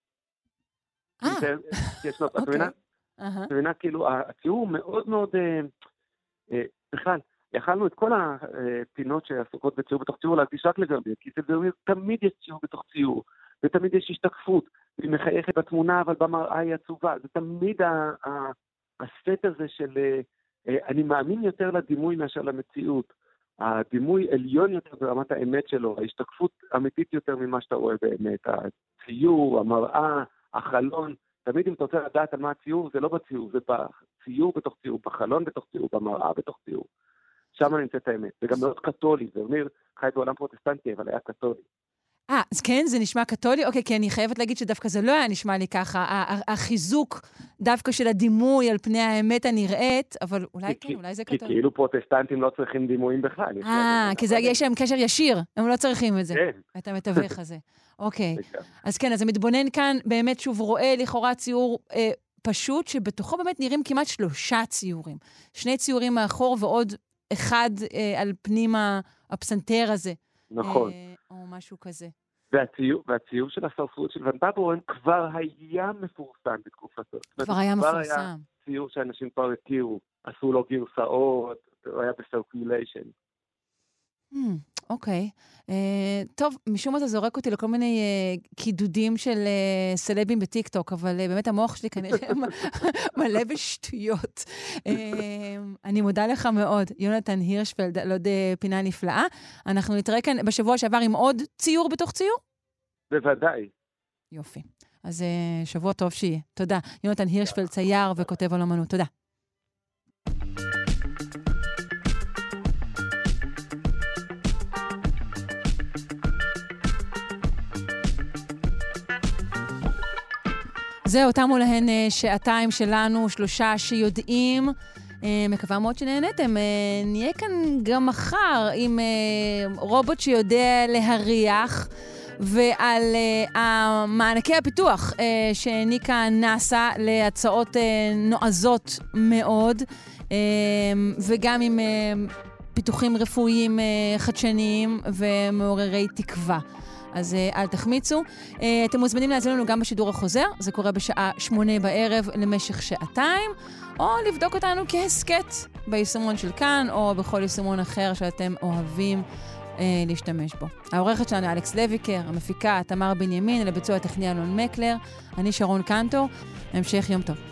את מבינה, כאילו, הציור הוא מאוד מאוד, בכלל, יכלנו את כל הפינות שעסוקות בציור בתוך ציור להקדיש רק לגבי, כי זה תמיד יש ציור בתוך ציור, ותמיד יש השתקפות, והיא מחייכת בתמונה, אבל במראה היא עצובה. זה תמיד הסט הזה של, אני מאמין יותר לדימוי מאשר למציאות. הדימוי עליון יותר ברמת האמת שלו, ההשתקפות אמיתית יותר ממה שאתה רואה באמת. הציור, המראה, החלון, תמיד אם אתה רוצה לדעת על מה הציור, זה לא בציור, זה בציור בתוך ציור, בחלון בתוך ציור, במראה בתוך ציור. שם נמצאת האמת. זה גם מאוד קתולי, זה אומר, חי בעולם פרוטסטנטי, אבל היה קתולי. אז כן, זה נשמע קתולי? אוקיי, כי אני חייבת להגיד שדווקא זה לא היה נשמע לי ככה, החיזוק דווקא של הדימוי על פני האמת הנראית, אבל אולי כן, אולי זה קתולי. כי כאילו פרוטסטנטים לא צריכים דימויים בכלל. כי יש להם קשר ישיר, הם לא צריכים את זה. כן. את המתווך הזה. אוקיי. אז כן, אז המתבונן כאן באמת שוב רואה לכאורה ציור פשוט, שבתוכו באמת נראים כמעט 3 ציורים. 2 ציורים מאחור ועוד אחד על פנים הפסנטר הזה. נכון. או משהו כזה. והציור של הספרות של ון בבורן כבר היה מפורסם בתקופתו. כבר היה מפורסם. כבר היה ציור שאנשים כבר הכירו, עשו לו גרסאות, הוא היה בסרקוליישן. אוקיי. טוב, משום מה זה זורק אותי לכל מיני קידודים של סלבים בטיקטוק, אבל באמת המוח שלי כנראה מלא בשטויות. אני מודה לך מאוד, יונתן הירשפלד, על עוד פינה נפלאה. אנחנו נתראה כאן בשבוע שעבר עם עוד ציור בתוך ציור? בוודאי. יופי. אז שבוע טוב שיהיה. תודה. יונתן הירשפלד, צייר וכותב על אומנות. תודה. זהו, תמו להן 2 שלנו, 3 שיודעים. מקווה מאוד שנהנתם. נהיה כאן גם מחר עם רובוט שיודע להריח, ועל מענקי הפיתוח שהעניקה נאסא להצעות נועזות מאוד, וגם עם פיתוחים רפואיים חדשניים ומעוררי תקווה. אז אל תחמיצו. אתם מוזמנים להאזין לנו גם בשידור החוזר, זה קורה בשעה 8 בערב למשך 2 או לבדוק אותנו כהסקט ביישומון של כאן, או בכל יישומון אחר שאתם אוהבים להשתמש בו. העורכת שלנו אלכס לויקר, המפיקה תמר בנימין, לביצוע הטכני אלון מקלר, אני שרון קנטו, המשך יום טוב.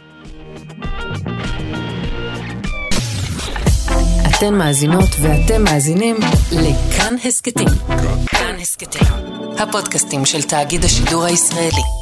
אתן מאזינות ואתם מאזינים לכאן הסקטים. כאן הסקטים, הפודקאסטים של תאגיד השידור הישראלי.